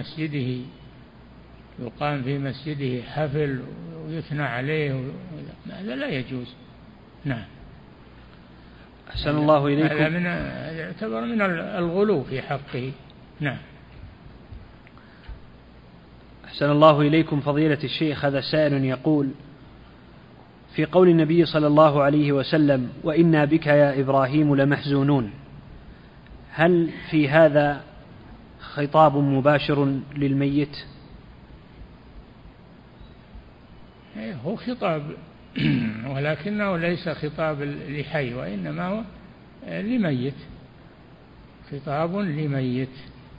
في مسجده حفل ويثنى عليه هذا لا يجوز. نعم. أحسن الله إليكم. هذا يعتبر من الغلو في حقه. نعم. أحسن الله إليكم فضيلة الشيخ، هذا سائل يقول في قول النبي صلى الله عليه وسلم وإنا بك يا إبراهيم لمحزونون، هل في هذا خطاب مباشر للميت؟ هو خطاب ولكنه ليس خطاب لحي وإنما هو لميت، خطاب لميت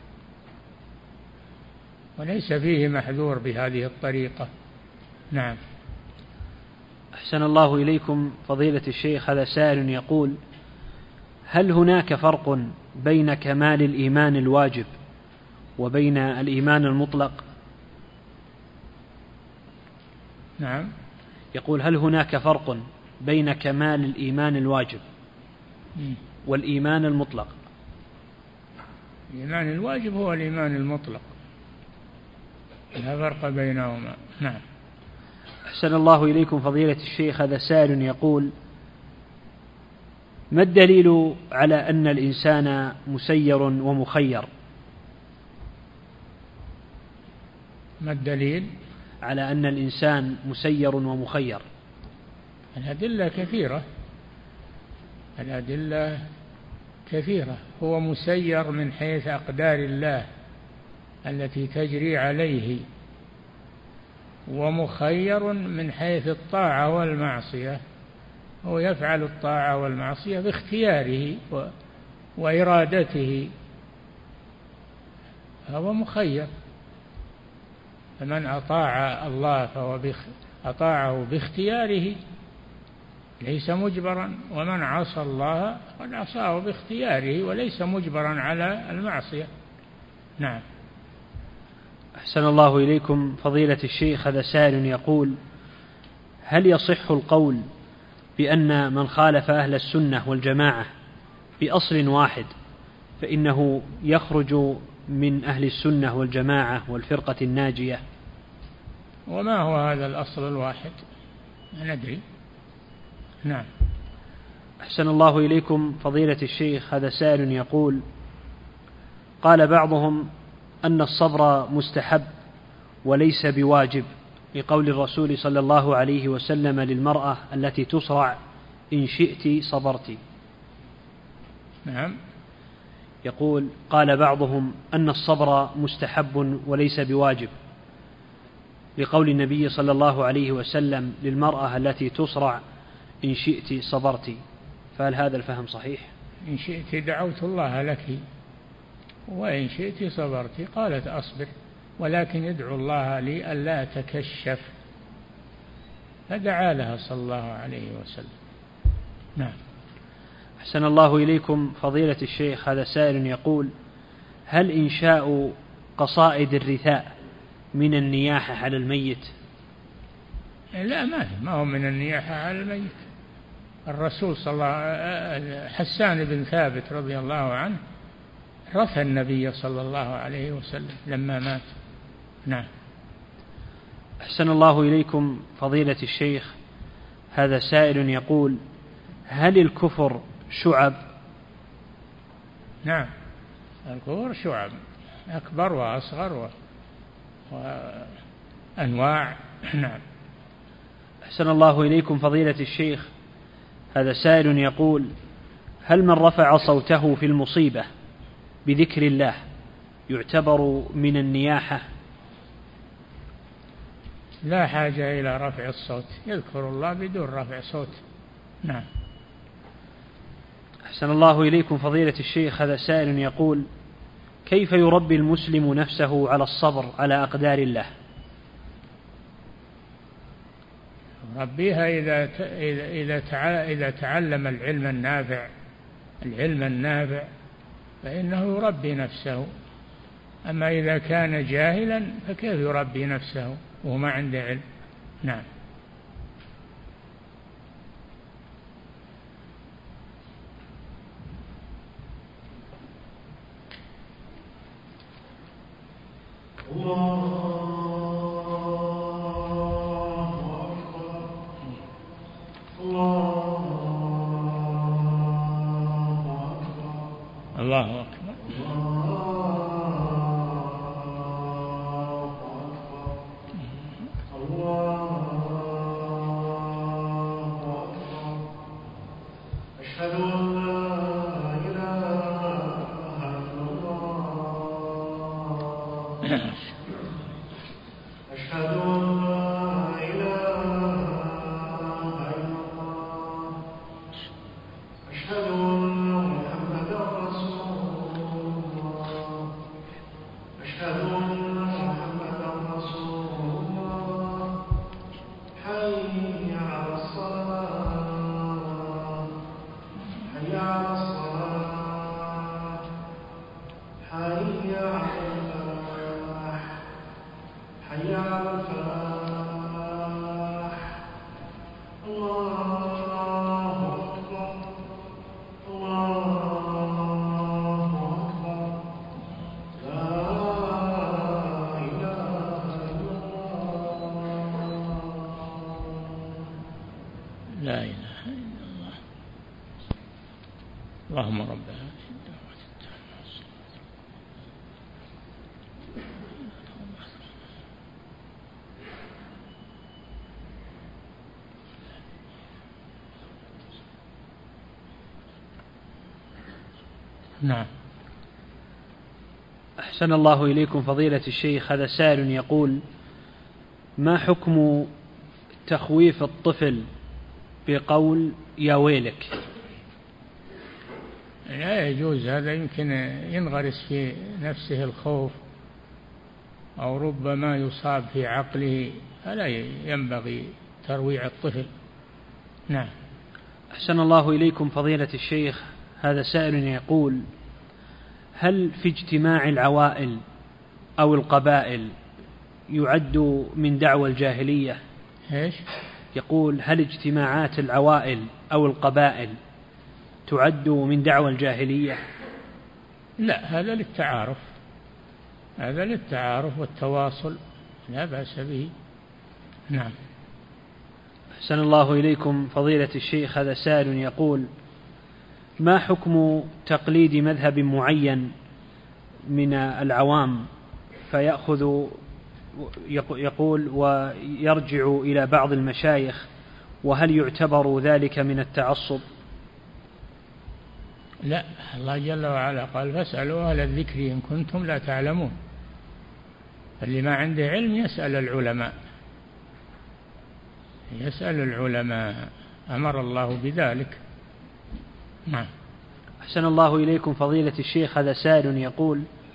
وليس فيه محذور بهذه الطريقة. نعم. أحسن الله إليكم فضيلة الشيخ، هذا سائل يقول هل هناك فرق بين كمال الإيمان الواجب وبين الإيمان المطلق؟ نعم. يقول هل هناك فرق بين كمال الإيمان الواجب والإيمان المطلق؟ الإيمان الواجب هو الإيمان المطلق، لا فرق بينهما. نعم. أحسن الله إليكم فضيلة الشيخ، هذا سائل يقول ما الدليل على أن الإنسان مسير ومخير؟ ما الدليل على أن الإنسان مسير ومخير؟ الأدلة كثيرة، الأدلة كثيرة. هو مسير من حيث أقدار الله التي تجري عليه، ومخير من حيث الطاعة والمعصية، هو يفعل الطاعة والمعصية باختياره وإرادته، هو مخير. فمن أطاع الله فهو أطاعه باختياره ليس مجبرا، ومن عصى الله قد عصاه باختياره وليس مجبرا على المعصية. نعم. أحسن الله إليكم فضيلة الشيخ، هذا سائل يقول هل يصح القول بأن من خالف أهل السنة والجماعة بأصل واحد فإنه يخرج من أهل السنة والجماعة والفرقة الناجية؟ وما هو هذا الأصل الواحد؟ ندري. نعم. أحسن الله إليكم فضيلة الشيخ، هذا سائل يقول قال بعضهم أن الصبر مستحب وليس بواجب لقول الرسول صلى الله عليه وسلم للمرأة التي تصرع إن شئت صبرت. نعم. يقول قال بعضهم أن الصبر مستحب وليس بواجب لقول النبي صلى الله عليه وسلم للمرأة التي تصرع إن شئت صبرت، فهل هذا الفهم صحيح؟ إن شئت دعوت الله لك وإن شئت صبرت. قالت أصبر ولكن ادعو الله لي ألا أتكشف، فدعا لها صلى الله عليه وسلم. نعم. أحسن الله إليكم فضيلة الشيخ، هذا سائل يقول: هل إنشاء قصائد الرثاء من النياحة على الميت؟ لا، ما هو من النياحة على الميت. الرسول صلى الله حسان بن ثابت رضي الله عنه رثى النبي صلى الله عليه وسلم لما مات. نعم. أحسن الله إليكم فضيلة الشيخ، هذا سائل يقول: هل الكفر شعب؟ نعم، الكفر شعب، أكبر وأصغر وأنواع. نعم. أحسن الله إليكم فضيلة الشيخ، هذا سائل يقول: هل من رفع صوته في المصيبة بذكر الله يعتبر من النياحة؟ لا حاجة إلى رفع الصوت، يذكر الله بدون رفع صوت. نعم. أحسن الله إليكم فضيلة الشيخ، هذا سائل يقول: كيف يربي المسلم نفسه على الصبر على أقدار الله؟ ربيها إذا تعلم العلم النافع فإنه يربي نفسه. أما إذا كان جاهلا فكيف يربي نفسه وهو ما عنده علم؟ نعم. الله أكبر. لا إله إلا الله. اللهم رب هذه الدعوة التامة والصلاة. نعم. أحسن الله إليكم فضيلة الشيخ، هذا سائل يقول: ما حكم تخويف الطفل بقول يا ويلك؟ لا يجوز هذا، يمكن ينغرس في نفسه الخوف أو ربما يصاب في عقله، فلا ينبغي ترويع الطفل. نعم. أحسن الله إليكم فضيلة الشيخ، هذا سائل يقول: هل في اجتماع العوائل أو القبائل يعد من دعوى الجاهلية؟ إيش؟ يقول: هل اجتماعات العوائل أو القبائل تعد من دعوى الجاهلية؟ لا، هذا للتعارف، هذا للتعارف والتواصل، لا بأس به. نعم. أحسن الله إليكم فضيلة الشيخ، هذا سائل يقول: ما حكم تقليد مذهب معين من العوام فيأخذ يقول ويرجع إلى بعض المشايخ، وهل يعتبر ذلك من التعصب؟ لا، الله جل وعلا قال: فاسألوا أهل الذكر إن كنتم لا تعلمون. اللي ما عنده علم يسأل العلماء، يسأل العلماء، أمر الله بذلك. نعم. أحسن الله إليكم فضيلة الشيخ، هذا سائل يقول: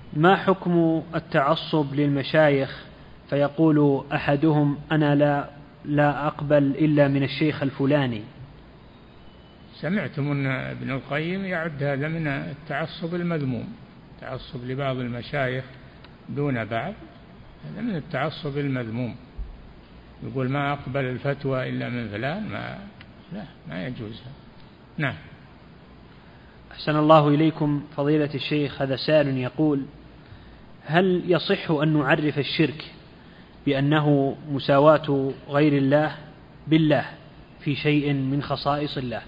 ما حكم التعصب للمشايخ فيقول أحدهم أنا لا أقبل إلا من الشيخ الفلاني؟ سمعتم أن ابن القيم يعد هذا من التعصب المذموم، التعصب لبعض المشايخ دون بعض، هذا من التعصب المذموم. يقول ما أقبل الفتوى إلا من فلان، ما يجوز. نعم. أحسن الله إليكم فضيلة الشيخ، هذا سائل يقول هل يصح أن نعرف الشرك بأنه مساواة غير الله بالله في شيء من خصائص الله؟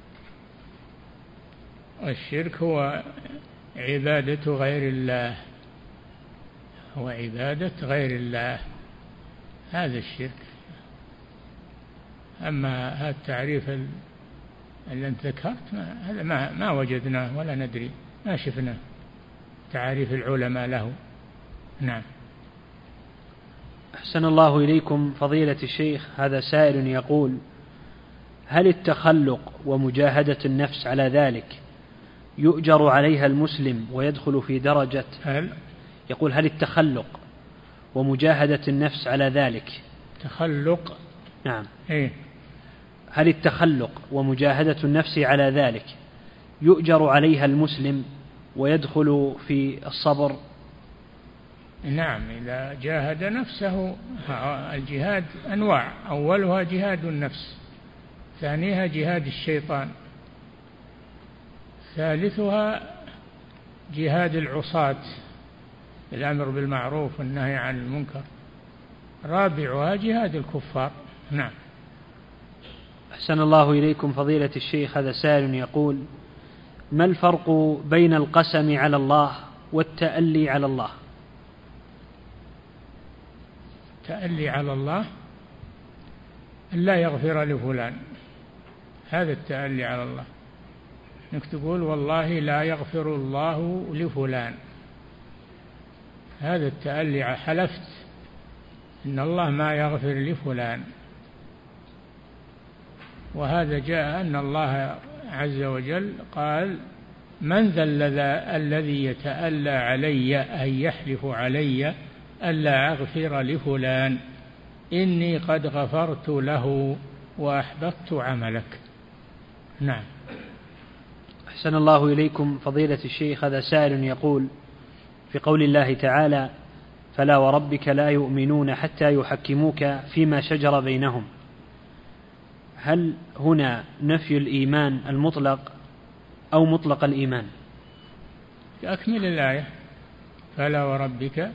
الشرك هو عبادة غير الله، هو عبادة غير الله، هذا الشرك. أما هذا التعريف اللي أنت ذكرت هذا ما وجدناه ولا ندري، ما شفنا تعريف العلماء له. نعم. أحسن الله إليكم فضيلة الشيخ، هذا سائل يقول هل التخلق ومجاهدة النفس على ذلك يؤجر عليها المسلم ويدخل في درجة يقول هل التخلق ومجاهدة النفس على ذلك تخلق؟ نعم. إيه؟ هل التخلق ومجاهدة النفس على ذلك يؤجر عليها المسلم ويدخل في الصبر؟ نعم، إذا جاهد نفسه. الجهاد أنواع، أولها جهاد النفس، ثانيها جهاد الشيطان، ثالثها جهاد العصاة الأمر بالمعروف والنهي عن المنكر، رابعها جهاد الكفار. نعم. أحسن الله إليكم فضيلة الشيخ، هذا سائل يقول ما الفرق بين القسم على الله والتألي على الله؟ التألي على الله أن لا يغفر لفلان، هذا التألي على الله، انك تقول والله لا يغفر الله لفلان، هذا التألي، حلفت إن الله ما يغفر لفلان. وهذا جاء أن الله عز وجل قال من ذا الذي يتألى علي أن يحلف علي ألا أغفر لفلان إني قد غفرت له وأحبطت عملك. نعم. أحسن الله إليكم فضيلة الشيخ، هذا سائل يقول في قول الله تعالى فلا وربك لا يؤمنون حتى يحكموك فيما شجر بينهم، هل هنا نفي الإيمان المطلق أو مطلق الإيمان؟ أكمل الآية. فلا وربك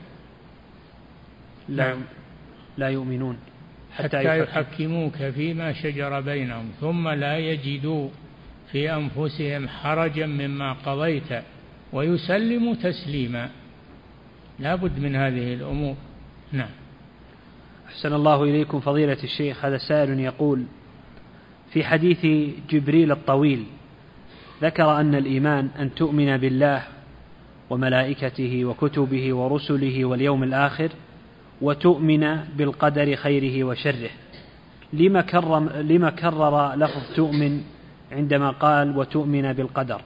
لا يؤمنون حتى يحكموك فيما شجر بينهم ثم لا يجدوا في أنفسهم حرجا مما قضيت ويسلموا تسليما، لا بد من هذه الأمور. نعم. أحسن الله إليكم فضيلة الشيخ، هذا سائل يقول في حديث جبريل الطويل ذكر أن الإيمان أن تؤمن بالله وملائكته وكتبه ورسله واليوم الآخر وتؤمن بالقدر خيره وشره، لما كرر لفظ تؤمن عندما قال وتؤمن بالقدر؟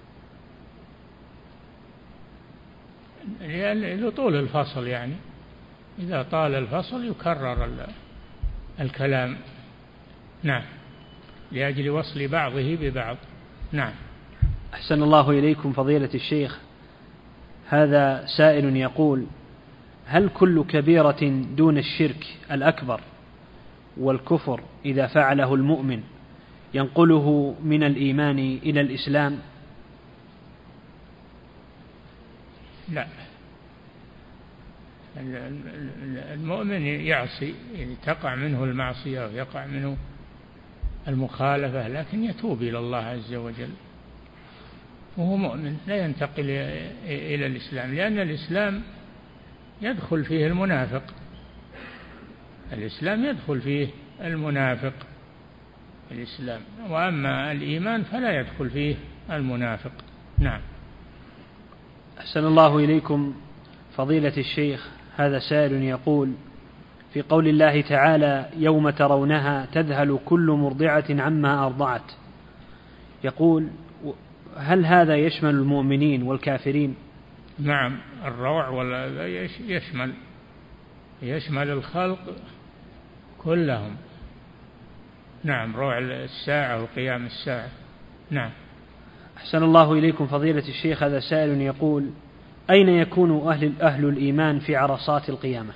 لطول الفصل، يعني إذا طال الفصل يكرر الكلام. نعم، لأجل وصل بعضه ببعض. نعم. أحسن الله إليكم فضيلة الشيخ، هذا سائل يقول هل كل كبيرة دون الشرك الأكبر والكفر إذا فعله المؤمن ينقله من الإيمان إلى الإسلام؟ لا، المؤمن يعصي، يعني تقع منه المعصية ويقع منه المخالفة، لكن يتوب إلى الله عز وجل وهو مؤمن، لا ينتقل إلى الإسلام، لأن الإسلام يدخل فيه المنافق، الإسلام يدخل فيه المنافق الإسلام، وأما الإيمان فلا يدخل فيه المنافق. نعم. أحسن الله إليكم فضيلة الشيخ، هذا سائل يقول في قول الله تعالى يوم ترونها تذهل كل مرضعة عما أرضعت، يقول هل هذا يشمل المؤمنين والكافرين؟ نعم، الروع ولا يشمل الخلق كلهم. نعم، روع الساعة وقيام الساعة. نعم. أحسن الله إليكم فضيلة الشيخ، هذا سائل يقول: أين يكون أهل الإيمان في عرصات القيامة؟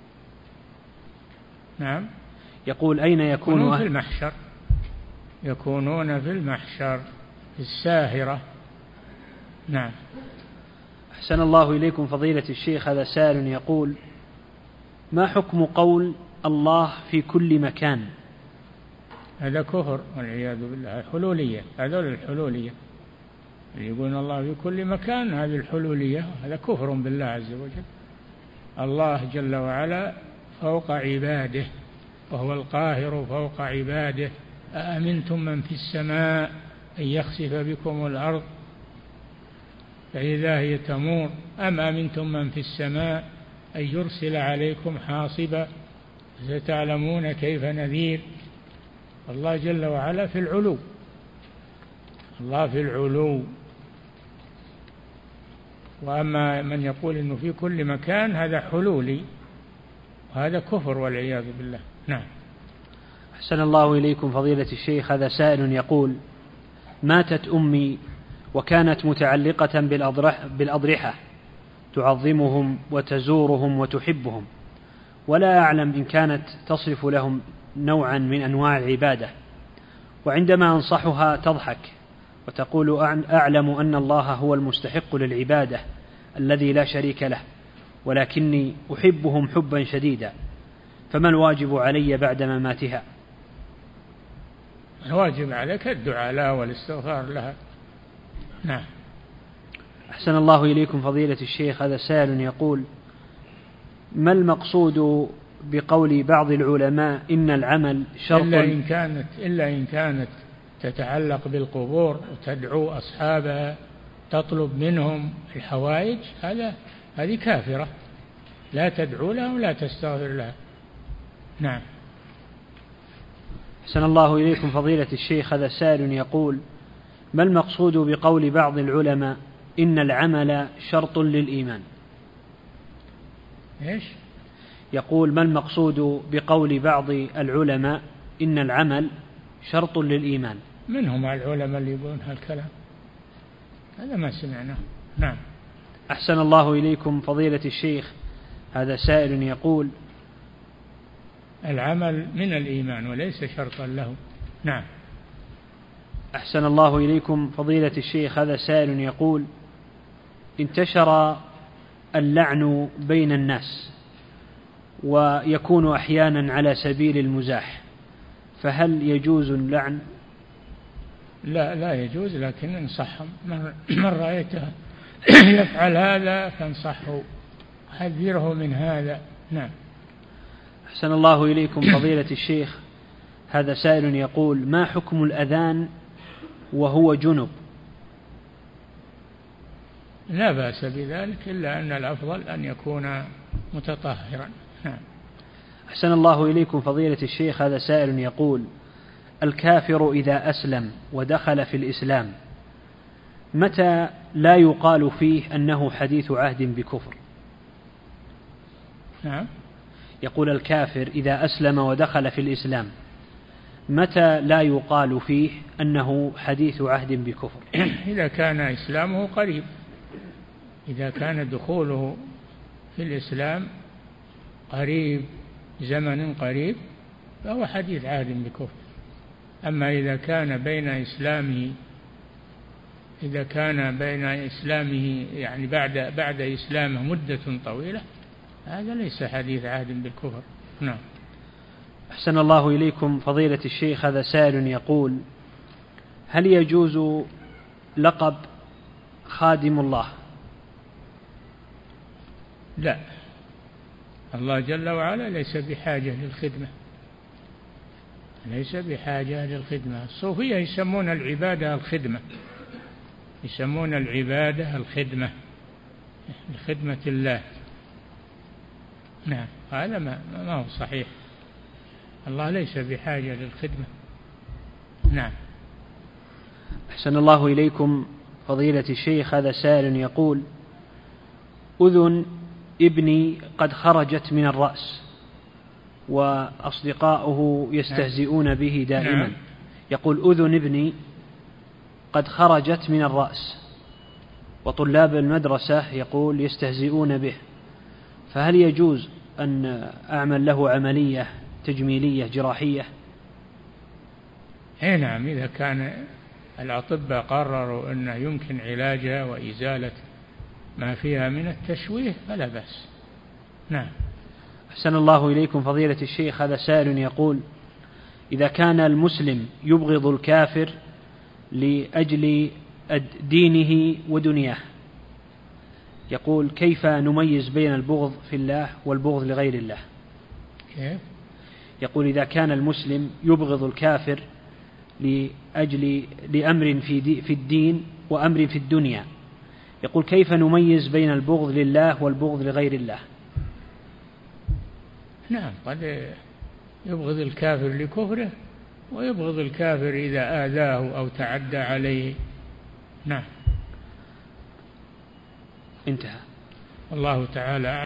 نعم، يقول: أين يكون في المحشر، يكونون في المحشر في الساهرة. نعم. أحسن الله إليكم فضيلة الشيخ، هذا سائل يقول: ما حكم قول الله في كل مكان؟ هذا كفر والعياذ بالله، الحلولية، هذول الحلولية اللي يقولون الله في كل مكان، هذه الحلولية، هذا كفر بالله عز وجل. الله جل وعلا فوق عباده، وهو القاهر فوق عباده. أأمنتم من في السماء أن يخسف بكم الأرض فإذا هي تمور، أم أمنتم من في السماء أن يرسل عليكم حاصبا ستعلمون كيف نذير. الله جل وعلا في العلو، الله في العلو. وأما من يقول إنه في كل مكان هذا حلولي، وهذا كفر والعياذ بالله. نعم. أحسن الله إليكم فضيلة الشيخ، هذا سائل يقول: ماتت أمي وكانت متعلقة بالأضرحة، تعظمهم وتزورهم وتحبهم، ولا أعلم إن كانت تصرف لهم نوعا من أنواع العبادة، وعندما أنصحها تضحك وتقول: أعلم أن الله هو المستحق للعبادة الذي لا شريك له، ولكني أحبهم حبا شديدا، فما الواجب علي بعد مماتها؟ الواجب عليك الدعاء لها والاستغفار لها. نعم. أحسن الله إليكم فضيلة الشيخ، هذا سائل يقول: ما المقصود بقول بعض العلماء إن العمل شرط إلا إن كانت تتعلق بالقبور وتدعو أصحابها تطلب منهم الحوائج، هذه كافرة، لا تدعو لها ولا تستغفر لها. نعم. أحسن الله إليكم فضيلة الشيخ، هذا سائل يقول: ما المقصود بقول بعض العلماء إن العمل شرط للإيمان؟ إيش؟ يقول: ما المقصود بقول بعض العلماء إن العمل شرط للإيمان؟ من هم العلماء اللي يقولون هالكلام؟ هذا ما سمعناه. نعم. أحسن الله إليكم فضيلة الشيخ، هذا سائل يقول: العمل من الإيمان وليس شرطا له. نعم. أحسن الله إليكم فضيلة الشيخ، هذا سائل يقول: انتشر اللعن بين الناس ويكون أحيانا على سبيل المزاح، فهل يجوز اللعن؟ لا يجوز، لكن انصحهم، من رأيته يفعل هذا فانصحه، حذره من هذا. نعم. أحسن الله إليكم فضيلة الشيخ، هذا سائل يقول: ما حكم الأذان وهو جنب؟ لا بأس بذلك، إلا أن الأفضل أن يكون متطهرا. نعم. أحسن الله إليكم فضيلة الشيخ، هذا سائل يقول: الكافر إذا أسلم ودخل في الإسلام متى لا يقال فيه أنه حديث عهد بكفر؟ نعم. يقول: الكافر إذا أسلم ودخل في الإسلام متى لا يقال فيه أنه حديث عهد بكفر؟ إذا كان إسلامه قريب، إذا كان دخوله في الإسلام قريب، زمن قريب، فهو حديث عهد بكفر. أما إذا كان بين إسلامه يعني بعد إسلامه مدة طويلة، هذا ليس حديث عهد بالكفر. نعم. أحسن الله إليكم فضيلة الشيخ، هذا سائل يقول: هل يجوز لقب خادم الله؟ لا، الله جل وعلا ليس بحاجة للخدمة، ليس بحاجة للخدمة. الصوفية يسمون العبادة الخدمة، يسمون العبادة الخدمة، لخدمة الله. نعم، هذا ما هو صحيح، الله ليس بحاجة للخدمة. نعم. أحسن الله إليكم فضيلة الشيخ، هذا سائل يقول: أذن ابني قد خرجت من الرأس وأصدقاؤه يستهزئون به دائما. يقول أذن ابني قد خرجت من الرأس وطلاب المدرسة يقول يستهزئون به، فهل يجوز أن أعمل له عملية تجميلية جراحية؟ نعم، إذا كان الأطباء قرروا أنه يمكن علاجها وإزالة ما فيها من التشويه فلا بأس. نعم. أحسن الله إليكم فضيلة الشيخ. هذا سائل يقول: إذا كان المسلم يبغض الكافر لأجل دينه ودنياه، يقول كيف نميز بين البغض في الله والبغض لغير الله؟ يقول إذا كان المسلم يبغض الكافر لأمر في الدين وأمر في الدنيا، يقول كيف نميز بين البغض لله والبغض لغير الله؟ نعم، قد يبغض الكافر لكفره ويبغض الكافر إذا آذاه أو تعدى عليه. نعم. انتهى. الله تعالى